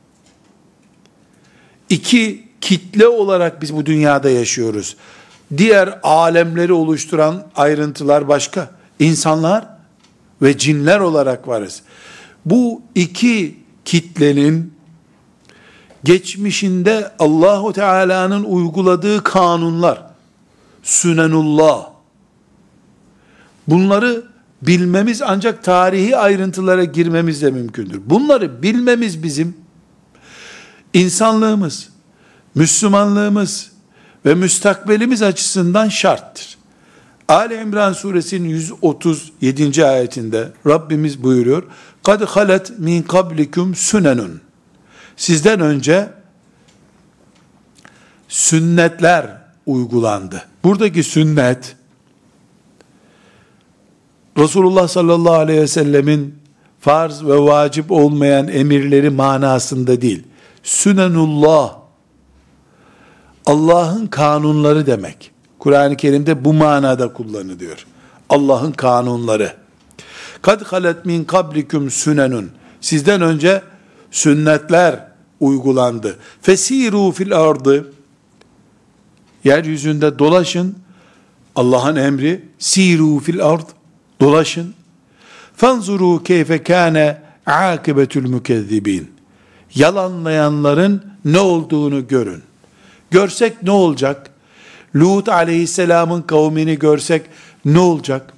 İki kitle olarak biz bu dünyada yaşıyoruz. Diğer alemleri oluşturan ayrıntılar başka. İnsanlar ve cinler olarak varız. Bu iki kitlenin geçmişinde Allahu Teala'nın uyguladığı kanunlar, sünenullah, bunları bilmemiz ancak tarihi ayrıntılara girmemizle mümkündür. Bunları bilmemiz bizim insanlığımız, Müslümanlığımız ve müstakbelimiz açısından şarttır. Ali İmran suresinin 137. ayetinde Rabbimiz buyuruyor. Kad halet min kablikum sünenun. Sizden önce sünnetler uygulandı. Buradaki sünnet, Resulullah sallallahu aleyhi ve sellemin farz ve vacip olmayan emirleri manasında değil. Sünenullah, Allah'ın kanunları demek. Kur'an-ı Kerim'de bu manada kullanılıyor. Allah'ın kanunları. Kad halet min kablikum sünenun. Sizden önce sünnetler uygulandı. Fesiru fil ardı. Yeryüzünde dolaşın. Allah'ın emri. Siru fil ard. Dolaşın. Fanzuru keyfe kâne âkibetül mükezzibîn. Yalanlayanların ne olduğunu görün. Görsek ne olacak? Lut aleyhisselamın kavmini görsek ne olacak?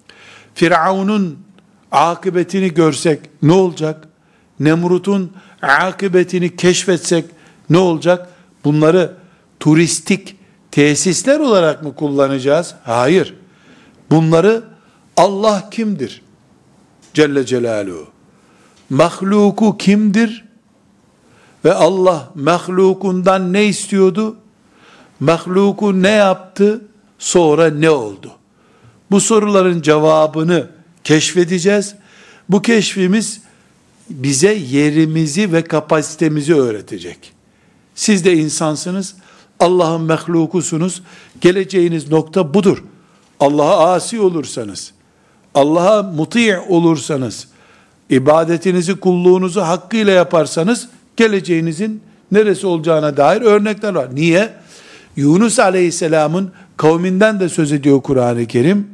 Firavun'un akıbetini görsek ne olacak? Nemrut'un akıbetini keşfetsek ne olacak? Bunları turistik tesisler olarak mı kullanacağız? Hayır. Bunları Allah kimdir? Celle Celaluhu. Mahluku kimdir? Ve Allah mahlukundan ne istiyordu? Mahluku ne yaptı? Sonra ne oldu? Bu soruların cevabını keşfedeceğiz. Bu keşfimiz bize yerimizi ve kapasitemizi öğretecek. Siz de insansınız. Allah'ın mahlukusunuz. Geleceğiniz nokta budur. Allah'a asi olursanız, Allah'a muti' olursanız, ibadetinizi, kulluğunuzu hakkıyla yaparsanız, geleceğinizin neresi olacağına dair örnekler var. Niye? Yunus Aleyhisselam'ın kavminden de söz ediyor Kur'an-ı Kerim.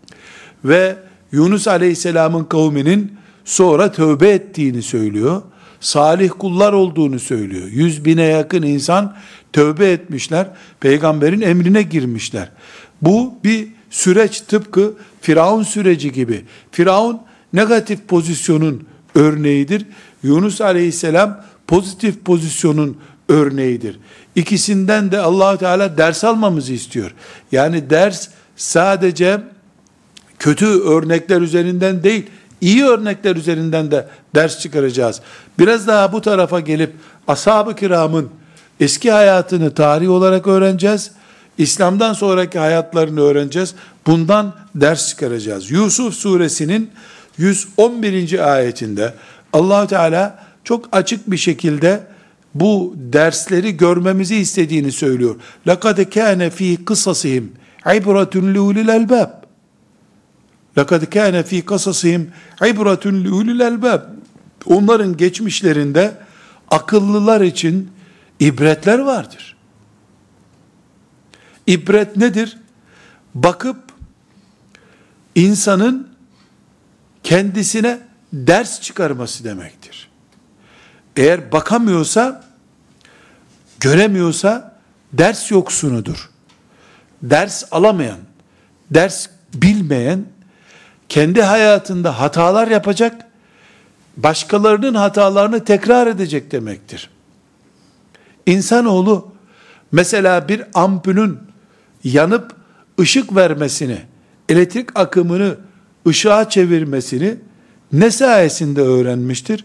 Ve Yunus Aleyhisselam'ın kavminin sonra tövbe ettiğini söylüyor. Salih kullar olduğunu söylüyor. 100.000'e yakın insan tövbe etmişler. Peygamberin emrine girmişler. Bu bir süreç, tıpkı Firavun süreci gibi. Firavun negatif pozisyonun örneğidir. Yunus Aleyhisselam pozitif pozisyonun örneğidir. İkisinden de Allah Teala ders almamızı istiyor. Yani ders sadece kötü örnekler üzerinden değil, iyi örnekler üzerinden de ders çıkaracağız. Biraz daha bu tarafa gelip ashab-ı kiramın eski hayatını tarih olarak öğreneceğiz. İslam'dan sonraki hayatlarını öğreneceğiz. Bundan ders çıkaracağız. Yusuf suresinin 111. ayetinde Allah Teala çok açık bir şekilde bu dersleri görmemizi istediğini söylüyor. لَقَدْ كَانَ ف۪ي قِصَصِهِمْ عِبْرَةٌ لِعُلِي الْأَلْبَابِ لَقَدْ كَانَ ف۪ي قَصَصِهِمْ عِبْرَةٌ لِعُلِي الْأَلْبَابِ Onların geçmişlerinde akıllılar için ibretler vardır. İbret nedir? Bakıp insanın kendisine ders çıkarması demektir. Eğer bakamıyorsa, göremiyorsa ders yoksunudur. Ders alamayan, ders bilmeyen, kendi hayatında hatalar yapacak, başkalarının hatalarını tekrar edecek demektir. İnsanoğlu mesela bir ampulün yanıp ışık vermesini, elektrik akımını ışığa çevirmesini ne sayesinde öğrenmiştir?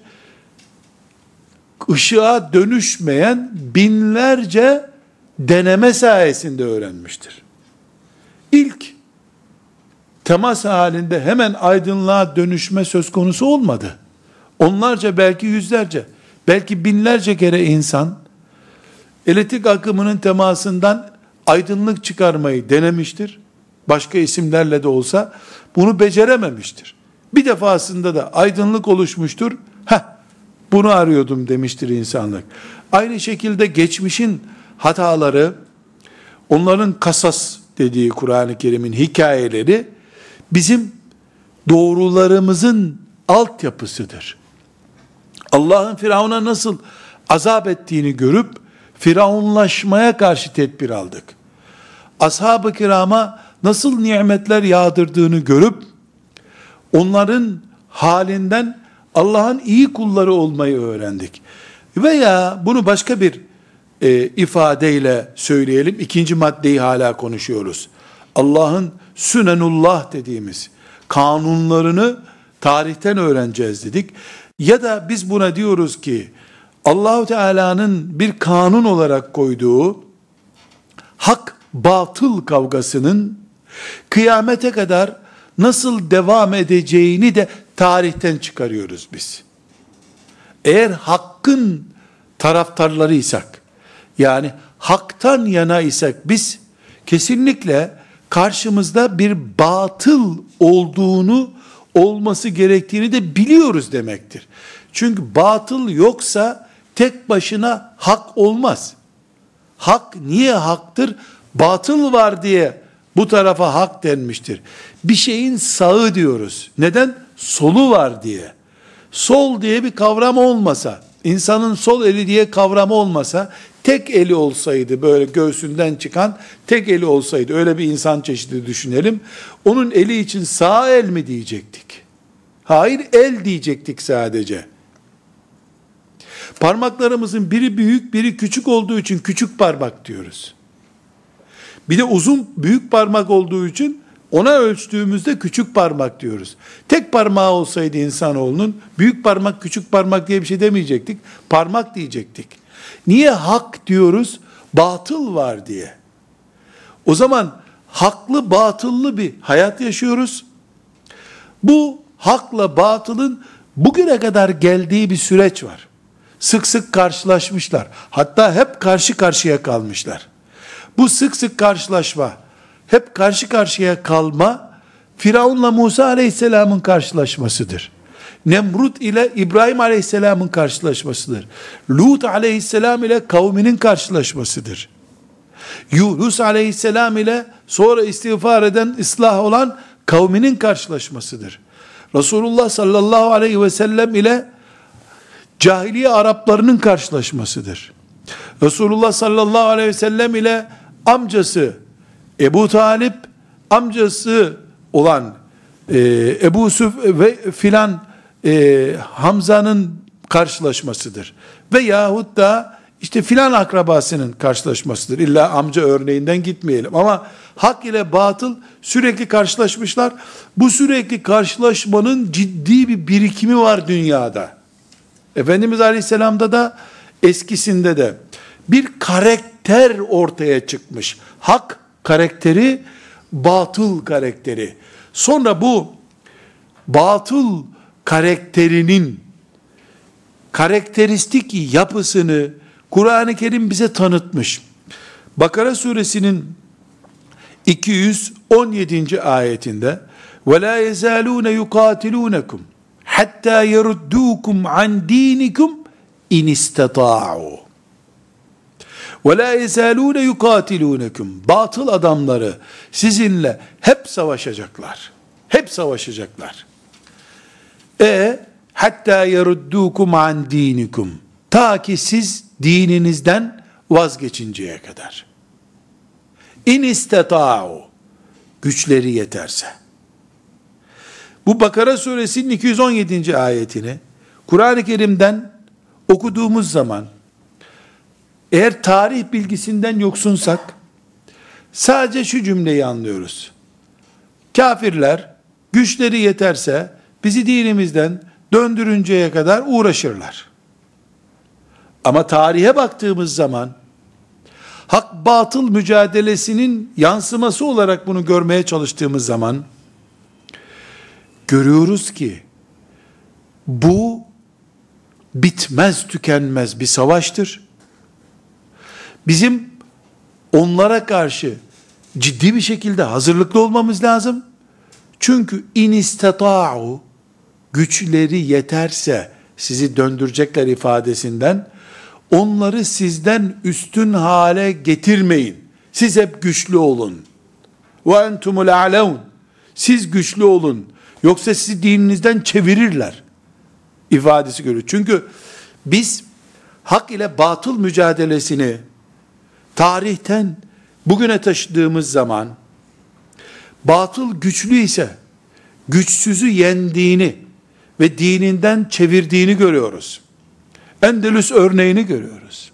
Işığa dönüşmeyen binlerce deneme sayesinde öğrenmiştir. İlk temas halinde hemen aydınlığa dönüşme söz konusu olmadı. Onlarca, belki yüzlerce, belki binlerce kere insan elektrik akımının temasından aydınlık çıkarmayı denemiştir. Başka isimlerle de olsa bunu becerememiştir. Bir defasında da aydınlık oluşmuştur. Bunu arıyordum demiştir insanlık. Aynı şekilde geçmişin hataları, onların kasas dediği Kur'an-ı Kerim'in hikayeleri bizim doğrularımızın altyapısıdır. Allah'ın Firavun'a nasıl azap ettiğini görüp Firavunlaşmaya karşı tedbir aldık. Ashab-ı kirama nasıl nimetler yağdırdığını görüp onların halinden Allah'ın iyi kulları olmayı öğrendik. Veya bunu başka bir ifadeyle söyleyelim. İkinci maddeyi hala konuşuyoruz. Allah'ın sünenullah dediğimiz kanunlarını tarihten öğreneceğiz dedik. Ya da biz buna diyoruz ki Allahu Teala'nın bir kanun olarak koyduğu hak batıl kavgasının kıyamete kadar nasıl devam edeceğini de tarihten çıkarıyoruz biz. Eğer hakkın taraftarlarıysak, yani haktan yana isek biz, kesinlikle karşımızda bir batıl olması gerektiğini de biliyoruz demektir. Çünkü batıl yoksa tek başına hak olmaz. Hak niye haktır? Batıl var diye bu tarafa hak denmiştir. Bir şeyin sağı diyoruz. Neden? Solu var diye. Sol diye bir kavram olmasa, insanın sol eli diye kavramı olmasa, tek eli olsaydı, böyle göğsünden çıkan tek eli olsaydı, öyle bir insan çeşidi düşünelim, onun eli için sağ el mi diyecektik? Hayır, el diyecektik sadece. Parmaklarımızın biri büyük, biri küçük olduğu için küçük parmak diyoruz. Bir de uzun, büyük parmak olduğu için ona ölçtüğümüzde küçük parmak diyoruz. Tek parmağı olsaydı insanoğlunun, büyük parmak, küçük parmak diye bir şey demeyecektik. Parmak diyecektik. Niye hak diyoruz? Batıl var diye. O zaman haklı batıllı bir hayat yaşıyoruz. Bu hakla batılın bugüne kadar geldiği bir süreç var. Sık sık karşılaşmışlar. Hatta hep karşı karşıya kalmışlar. Bu sık sık karşılaşma, hep karşı karşıya kalma, Firavun'la Musa aleyhisselamın karşılaşmasıdır. Nemrut ile İbrahim aleyhisselamın karşılaşmasıdır. Lut aleyhisselam ile kavminin karşılaşmasıdır. Yunus aleyhisselam ile sonra istiğfar eden, ıslah olan kavminin karşılaşmasıdır. Resulullah sallallahu aleyhi ve sellem ile cahiliye Araplarının karşılaşmasıdır. Resulullah sallallahu aleyhi ve sellem ile amcası Ebu Talip, amcası olan Ebu Süf ve filan Hamza'nın karşılaşmasıdır. Ve yahut da işte filan akrabasının karşılaşmasıdır. İlla amca örneğinden gitmeyelim. Ama hak ile batıl sürekli karşılaşmışlar. Bu sürekli karşılaşmanın ciddi bir birikimi var dünyada. Efendimiz Aleyhisselam'da da eskisinde de bir karakter ortaya çıkmış. Hak karakteri, batıl karakteri. Sonra bu batıl karakterinin karakteristik yapısını Kur'an-ı Kerim bize tanıtmış. Bakara suresinin 217. ayetinde وَلَا يَزَالُونَ يُقَاتِلُونَكُمْ حَتَّى يَرُدُّوكُمْ عَنْ دِينِكُمْ اِنْ اِسْتَطَاعُوا وَلَا يَزَالُونَ يُقَاتِلُونَكُمْ Batıl adamları sizinle hep savaşacaklar. Hep savaşacaklar. Hatta yeruddukum an dinikum. Ta ki siz dininizden vazgeçinceye kadar. İn isteta'u. Güçleri yeterse. Bu Bakara suresinin 217. ayetini Kur'an-ı Kerim'den okuduğumuz zaman, eğer tarih bilgisinden yoksunsak, sadece şu cümleyi anlıyoruz. Kafirler güçleri yeterse bizi dinimizden döndürünceye kadar uğraşırlar. Ama tarihe baktığımız zaman, hak batıl mücadelesinin yansıması olarak bunu görmeye çalıştığımız zaman, görüyoruz ki, bu bitmez tükenmez bir savaştır. Bizim onlara karşı ciddi bir şekilde hazırlıklı olmamız lazım. Çünkü in istata'u, güçleri yeterse sizi döndürecekler ifadesinden, onları sizden üstün hale getirmeyin. Siz hep güçlü olun. Ve entumul a'laun. Siz güçlü olun. Yoksa sizi dininizden çevirirler ifadesi görüyor. Çünkü biz hak ile batıl mücadelesini tarihten bugüne taşıdığımız zaman, batıl güçlü ise güçsüzü yendiğini ve dininden çevirdiğini görüyoruz. Endülüs örneğini görüyoruz.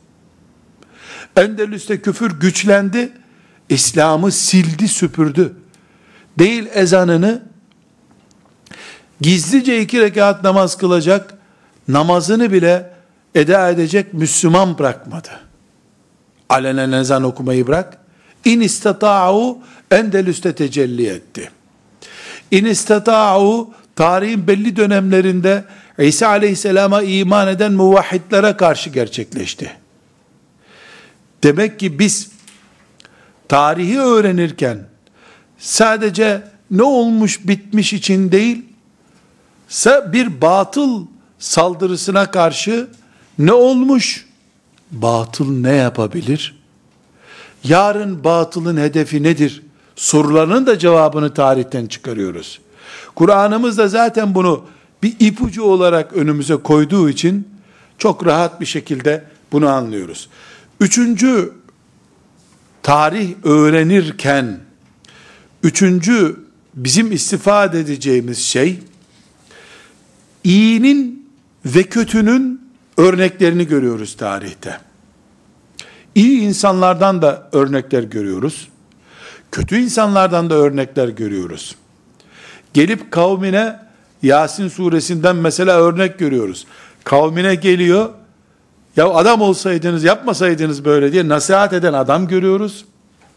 Endülüs'te küfür güçlendi, İslam'ı sildi, süpürdü. değil ezanını, gizlice 2 rekat namaz kılacak, namazını bile eda edecek Müslüman bırakmadı. Alenen ezan okumayı bırak. İn istata'u Endülüs'te tecelli etti. İn istata'u tarihin belli dönemlerinde İsa aleyhisselama iman eden muvahhidlere karşı gerçekleşti. Demek ki biz tarihi öğrenirken sadece ne olmuş bitmiş için değil, bir batıl saldırısına karşı ne olmuş, batıl ne yapabilir, yarın batılın hedefi nedir sorularının da cevabını tarihten çıkarıyoruz. Kur'an'ımız da zaten bunu bir ipucu olarak önümüze koyduğu için çok rahat bir şekilde bunu anlıyoruz. Üçüncü, tarih öğrenirken bizim istifade edeceğimiz şey, iyinin ve kötünün örneklerini görüyoruz tarihte. İyi insanlardan da örnekler görüyoruz. Kötü insanlardan da örnekler görüyoruz. Gelip kavmine, Yasin suresinden mesela örnek görüyoruz. Kavmine geliyor, ya adam olsaydınız, yapmasaydınız böyle diye nasihat eden adam görüyoruz.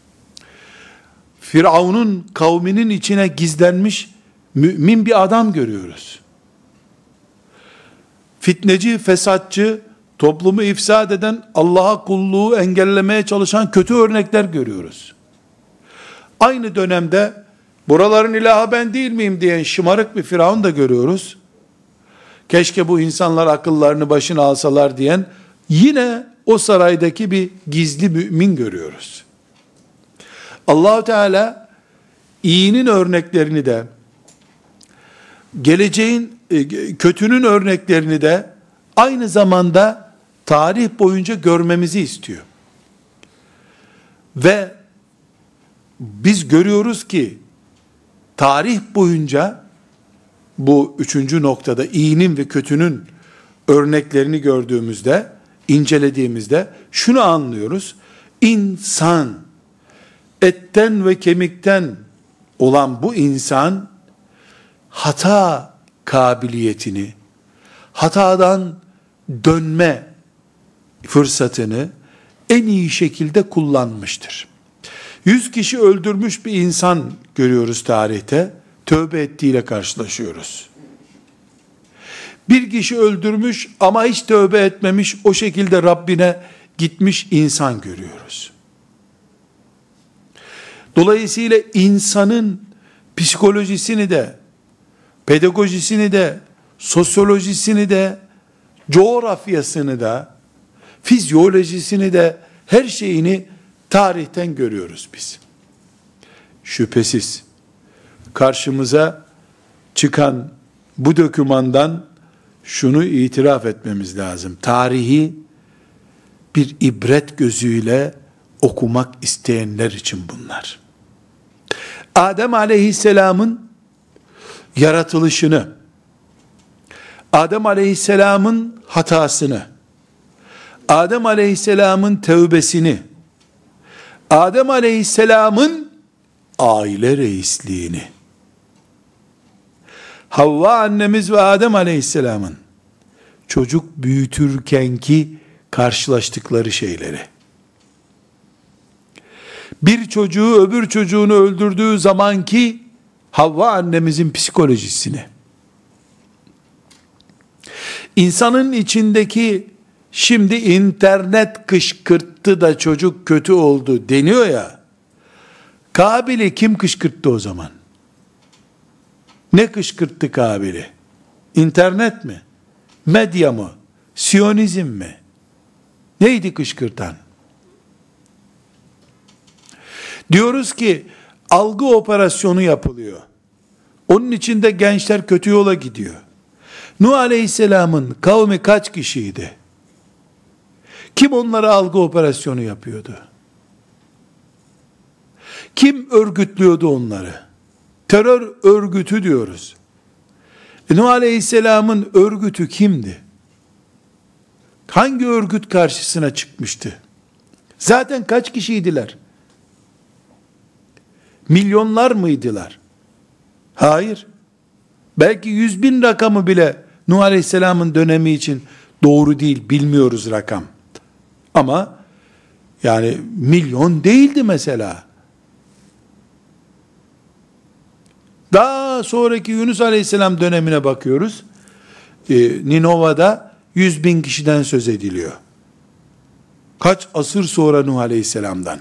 Firavun'un kavminin içine gizlenmiş mümin bir adam görüyoruz. Fitneci, fesatçı, toplumu ifsad eden, Allah'a kulluğu engellemeye çalışan kötü örnekler görüyoruz. Aynı dönemde buraların ilahı ben değil miyim diyen şımarık bir Firavun da görüyoruz. Keşke bu insanlar akıllarını başına alsalar diyen yine o saraydaki bir gizli mümin görüyoruz. Allah-u Teala iyinin örneklerini de, geleceğin kötünün örneklerini de aynı zamanda tarih boyunca görmemizi istiyor. Ve biz görüyoruz ki tarih boyunca bu üçüncü noktada iyinin ve kötünün örneklerini gördüğümüzde, incelediğimizde şunu anlıyoruz. İnsan, etten ve kemikten olan bu insan, hata kabiliyetini, hatadan dönme fırsatını en iyi şekilde kullanmıştır. 100 kişi öldürmüş bir insan görüyoruz tarihte, tövbe ettiğiyle karşılaşıyoruz. Bir kişi öldürmüş ama hiç tövbe etmemiş, o şekilde Rabbine gitmiş insan görüyoruz. Dolayısıyla insanın psikolojisini de, pedagojisini de, sosyolojisini de, coğrafyasını da, fizyolojisini de, her şeyini tarihten görüyoruz biz. Şüphesiz karşımıza çıkan bu dokümandan şunu itiraf etmemiz lazım. Tarihi bir ibret gözüyle okumak isteyenler için bunlar. Adem aleyhisselamın yaratılışını, Adem aleyhisselamın hatasını, Adem aleyhisselamın tevbesini, Adem aleyhisselamın aile reisliğini, Havva annemiz ve Adem aleyhisselamın çocuk büyütürkenki karşılaştıkları şeyleri, bir çocuğu öbür çocuğunu öldürdüğü zamanki Havva annemizin psikolojisini, insanın içindeki, şimdi internet kışkırttı da çocuk kötü oldu deniyor ya, Kabil'i kim kışkırttı o zaman? Ne kışkırttı Kabil'i? İnternet mi? Medya mı? Siyonizm mi? Neydi kışkırtan? Diyoruz ki algı operasyonu yapılıyor. Onun için de gençler kötü yola gidiyor. Nuh Aleyhisselam'ın kavmi kaç kişiydi? Kim onlara algı operasyonu yapıyordu? Kim örgütlüyordu onları? Terör örgütü diyoruz. Nuh Aleyhisselam'ın örgütü kimdi? Hangi örgüt karşısına çıkmıştı? Zaten kaç kişiydiler? Milyonlar mıydılar? Hayır. Belki 100.000 rakamı bile Nuh Aleyhisselam'ın dönemi için doğru değil, bilmiyoruz rakam. Ama yani milyon değildi mesela. Daha sonraki Yunus Aleyhisselam dönemine bakıyoruz. Ninova'da 100.000 kişiden söz ediliyor. Kaç asır sonra Nuh Aleyhisselam'dan.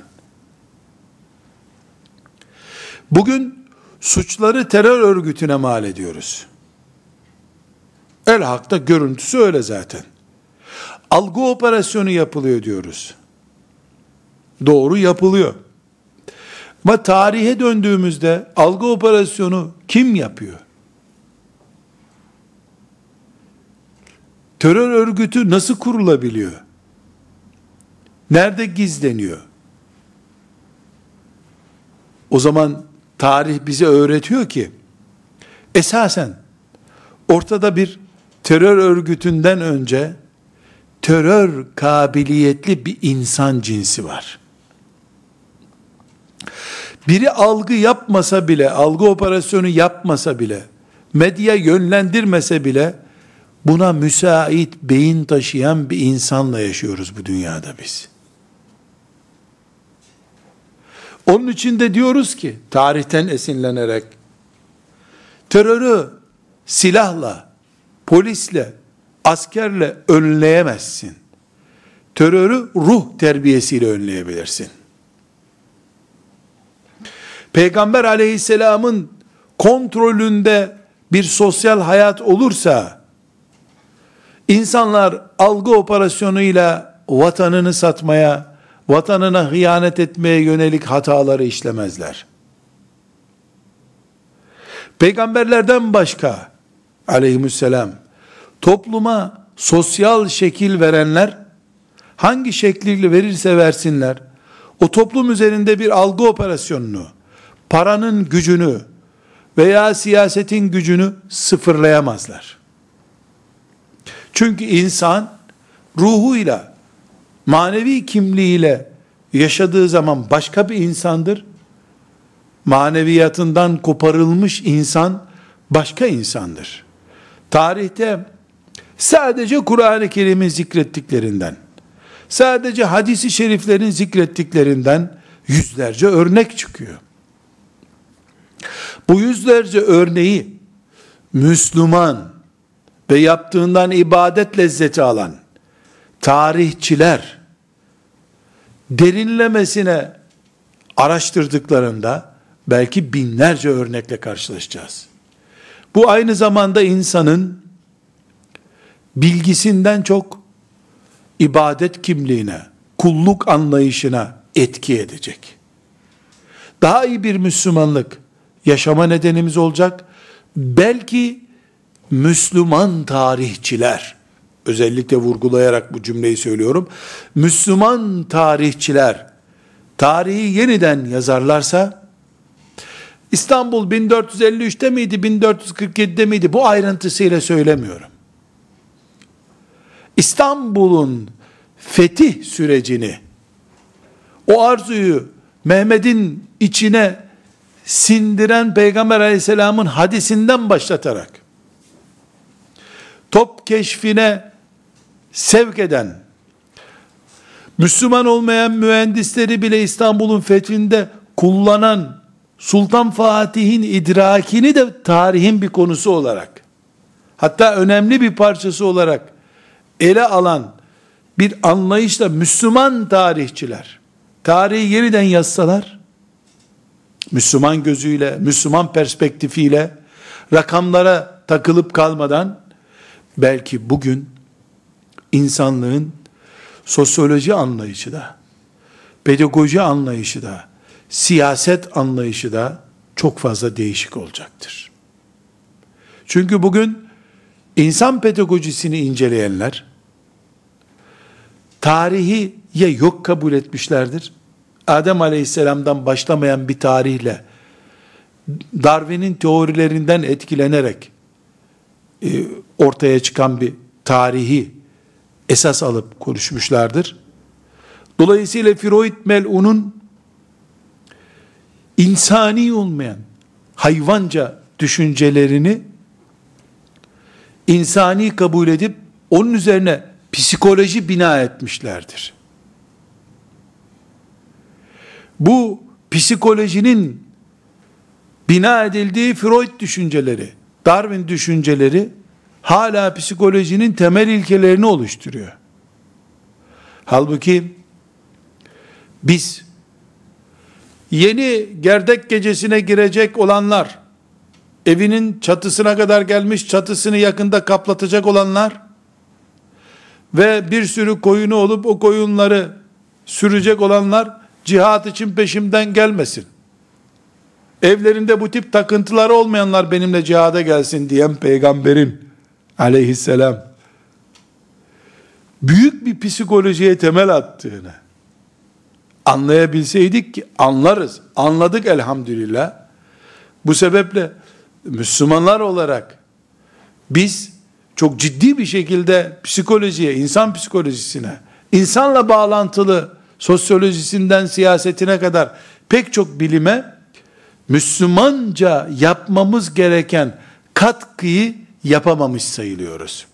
Bugün suçları terör örgütüne mal ediyoruz. El-Hak'ta görüntüsü öyle zaten. Algı operasyonu yapılıyor diyoruz. Doğru, yapılıyor. Ama tarihe döndüğümüzde algı operasyonu kim yapıyor? Terör örgütü nasıl kurulabiliyor? Nerede gizleniyor? O zaman tarih bize öğretiyor ki esasen ortada bir terör örgütünden önce terör kabiliyetli bir insan cinsi var. Biri algı yapmasa bile, algı operasyonu yapmasa bile, medya yönlendirmese bile buna müsait beyin taşıyan bir insanla yaşıyoruz bu dünyada biz. Onun için de diyoruz ki, tarihten esinlenerek, terörü silahla, polisle, askerle önleyemezsin. Terörü ruh terbiyesiyle önleyebilirsin. Peygamber aleyhisselamın kontrolünde bir sosyal hayat olursa, insanlar algı operasyonuyla vatanını satmaya, vatanına hıyanet etmeye yönelik hataları işlemezler. Peygamberlerden başka aleyhisselam topluma sosyal şekil verenler hangi şekliyle verirse versinler o toplum üzerinde bir algı operasyonunu, paranın gücünü veya siyasetin gücünü sıfırlayamazlar. Çünkü insan ruhuyla, manevi kimliğiyle yaşadığı zaman başka bir insandır. Maneviyatından koparılmış insan başka insandır. Tarihte sadece Kur'an-ı Kerim'in zikrettiklerinden, sadece hadis-i şeriflerin zikrettiklerinden yüzlerce örnek çıkıyor. Bu yüzlerce örneği Müslüman ve yaptığından ibadet lezzeti alan tarihçiler derinlemesine araştırdıklarında belki binlerce örnekle karşılaşacağız. Bu aynı zamanda insanın bilgisinden çok ibadet kimliğine, kulluk anlayışına etki edecek. Daha iyi bir Müslümanlık yaşama nedenimiz olacak. Belki Müslüman tarihçiler, özellikle vurgulayarak bu cümleyi söylüyorum, Müslüman tarihçiler tarihi yeniden yazarlarsa, İstanbul 1453'te miydi, 1447'de miydi, bu ayrıntısıyla söylemiyorum. İstanbul'un fetih sürecini, o arzuyu Mehmet'in içine sindiren Peygamber aleyhisselamın hadisinden başlatarak, top keşfine sevk eden, Müslüman olmayan mühendisleri bile İstanbul'un fethinde kullanan Sultan Fatih'in idrakini de tarihin bir konusu olarak, hatta önemli bir parçası olarak ele alan bir anlayışla Müslüman tarihçiler, tarihi yeniden yazsalar, Müslüman gözüyle, Müslüman perspektifiyle, rakamlara takılıp kalmadan, belki bugün insanlığın sosyoloji anlayışı da, pedagoji anlayışı da, siyaset anlayışı da çok fazla değişik olacaktır. Çünkü bugün insan pedagojisini inceleyenler, tarihi ya yok kabul etmişlerdir, Adem Aleyhisselam'dan başlamayan bir tarihle, Darwin'in teorilerinden etkilenerek ortaya çıkan bir tarihi esas alıp konuşmuşlardır. Dolayısıyla Freud mel'unun insani olmayan, hayvanca düşüncelerini insani kabul edip onun üzerine psikoloji bina etmişlerdir. Bu psikolojinin bina edildiği Freud düşünceleri, Darwin düşünceleri hala psikolojinin temel ilkelerini oluşturuyor. Halbuki biz yeni gerdek gecesine girecek olanlar, evinin çatısına kadar gelmiş, çatısını yakında kaplatacak olanlar ve bir sürü koyunu olup o koyunları sürecek olanlar cihat için peşimden gelmesin. Evlerinde bu tip takıntıları olmayanlar benimle cihada gelsin diyen peygamberin aleyhisselam büyük bir psikolojiye temel attığını anlayabilseydik ki anlarız. Anladık elhamdülillah. Bu sebeple Müslümanlar olarak biz çok ciddi bir şekilde psikolojiye, insan psikolojisine, insanla bağlantılı sosyolojisinden siyasetine kadar pek çok bilime Müslümanca yapmamız gereken katkıyı yapamamış sayılıyoruz.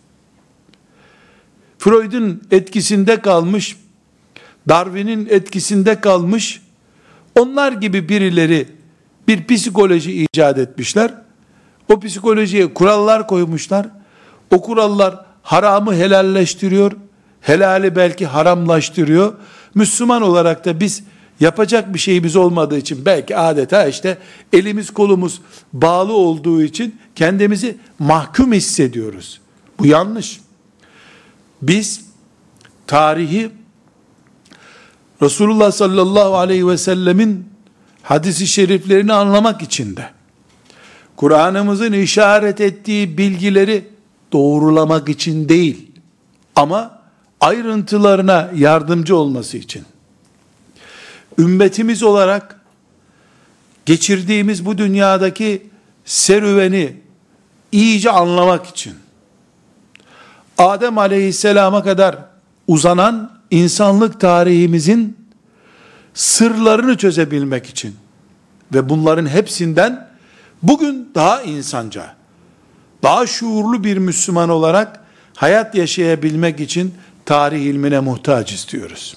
Freud'un etkisinde kalmış, Darwin'in etkisinde kalmış, onlar gibi birileri bir psikoloji icat etmişler. O psikolojiye kurallar koymuşlar. O kurallar haramı helalleştiriyor, helali belki haramlaştırıyor. Müslüman olarak da biz yapacak bir şeyimiz olmadığı için belki adeta işte elimiz kolumuz bağlı olduğu için kendimizi mahkum hissediyoruz. Bu yanlış. Biz tarihi Resulullah sallallahu aleyhi ve sellemin hadis-i şeriflerini anlamak için de Kur'an'ımızın işaret ettiği bilgileri doğrulamak için değil ama ayrıntılarına yardımcı olması için, ümmetimiz olarak geçirdiğimiz bu dünyadaki serüveni iyice anlamak için, Adem aleyhisselama kadar uzanan insanlık tarihimizin sırlarını çözebilmek için ve bunların hepsinden bugün daha insanca, daha şuurlu bir Müslüman olarak hayat yaşayabilmek için tarih ilmine muhtaç istiyoruz.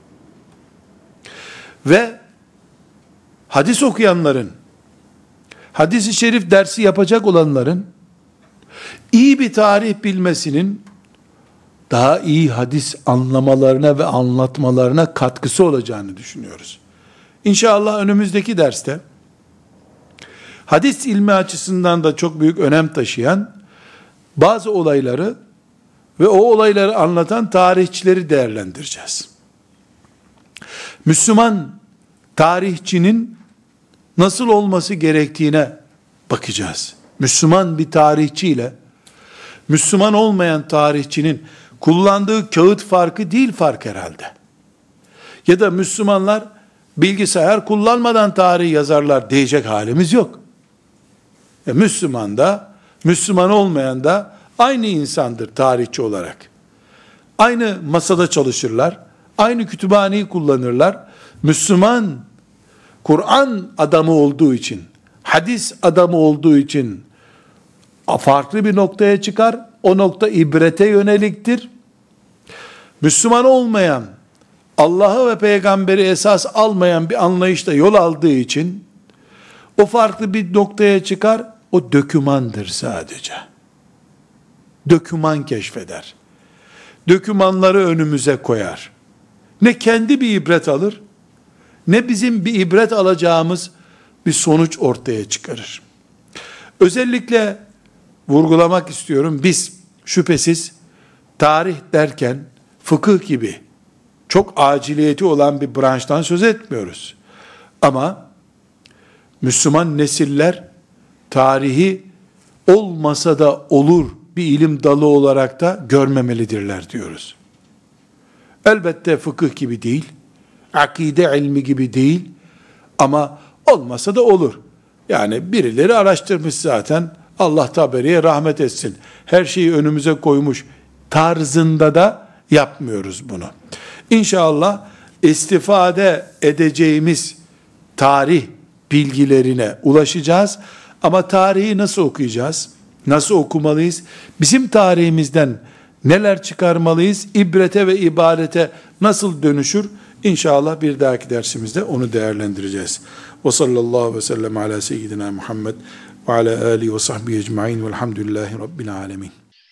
Ve hadis okuyanların, hadis-i şerif dersi yapacak olanların iyi bir tarih bilmesinin daha iyi hadis anlamalarına ve anlatmalarına katkısı olacağını düşünüyoruz. İnşallah önümüzdeki derste hadis ilmi açısından da çok büyük önem taşıyan bazı olayları ve o olayları anlatan tarihçileri değerlendireceğiz. Müslüman tarihçinin nasıl olması gerektiğine bakacağız. Müslüman bir tarihçiyle Müslüman olmayan tarihçinin kullandığı kağıt farkı değil fark herhalde. Ya da Müslümanlar bilgisayar kullanmadan tarih yazarlar diyecek halimiz yok. Müslüman da, Müslüman olmayan da aynı insandır tarihçi olarak. Aynı masada çalışırlar, aynı kütüphaneyi kullanırlar. Müslüman, Kur'an adamı olduğu için, hadis adamı olduğu için farklı bir noktaya çıkar. O nokta ibrete yöneliktir. Müslüman olmayan, Allah'ı ve peygamberi esas almayan bir anlayışla yol aldığı için o farklı bir noktaya çıkar. O dökümandır sadece. Döküman keşfeder. Dökümanları önümüze koyar. Ne kendi bir ibret alır, ne bizim bir ibret alacağımız bir sonuç ortaya çıkarır. Özellikle vurgulamak istiyorum, biz şüphesiz tarih derken fıkıh gibi çok aciliyeti olan bir branştan söz etmiyoruz. Ama Müslüman nesiller tarihi olmasa da olur bir ilim dalı olarak da görmemelidirler diyoruz. Elbette fıkıh gibi değil, akide ilmi gibi değil ama olmasa da olur. Yani birileri araştırmış zaten, Allah taberiye rahmet etsin, her şeyi önümüze koymuş tarzında da yapmıyoruz bunu. İnşallah istifade edeceğimiz tarih bilgilerine ulaşacağız. Ama tarihi nasıl okuyacağız? Nasıl okumalıyız? Bizim tarihimizden neler çıkarmalıyız? İbrete ve ibadete nasıl dönüşür? İnşallah bir dahaki dersimizde onu değerlendireceğiz. Ve sallallahu ve sellem ala seyyidina Muhammed ve ala alihi ve sahbihi ecma'in velhamdülillahi rabbil alemin.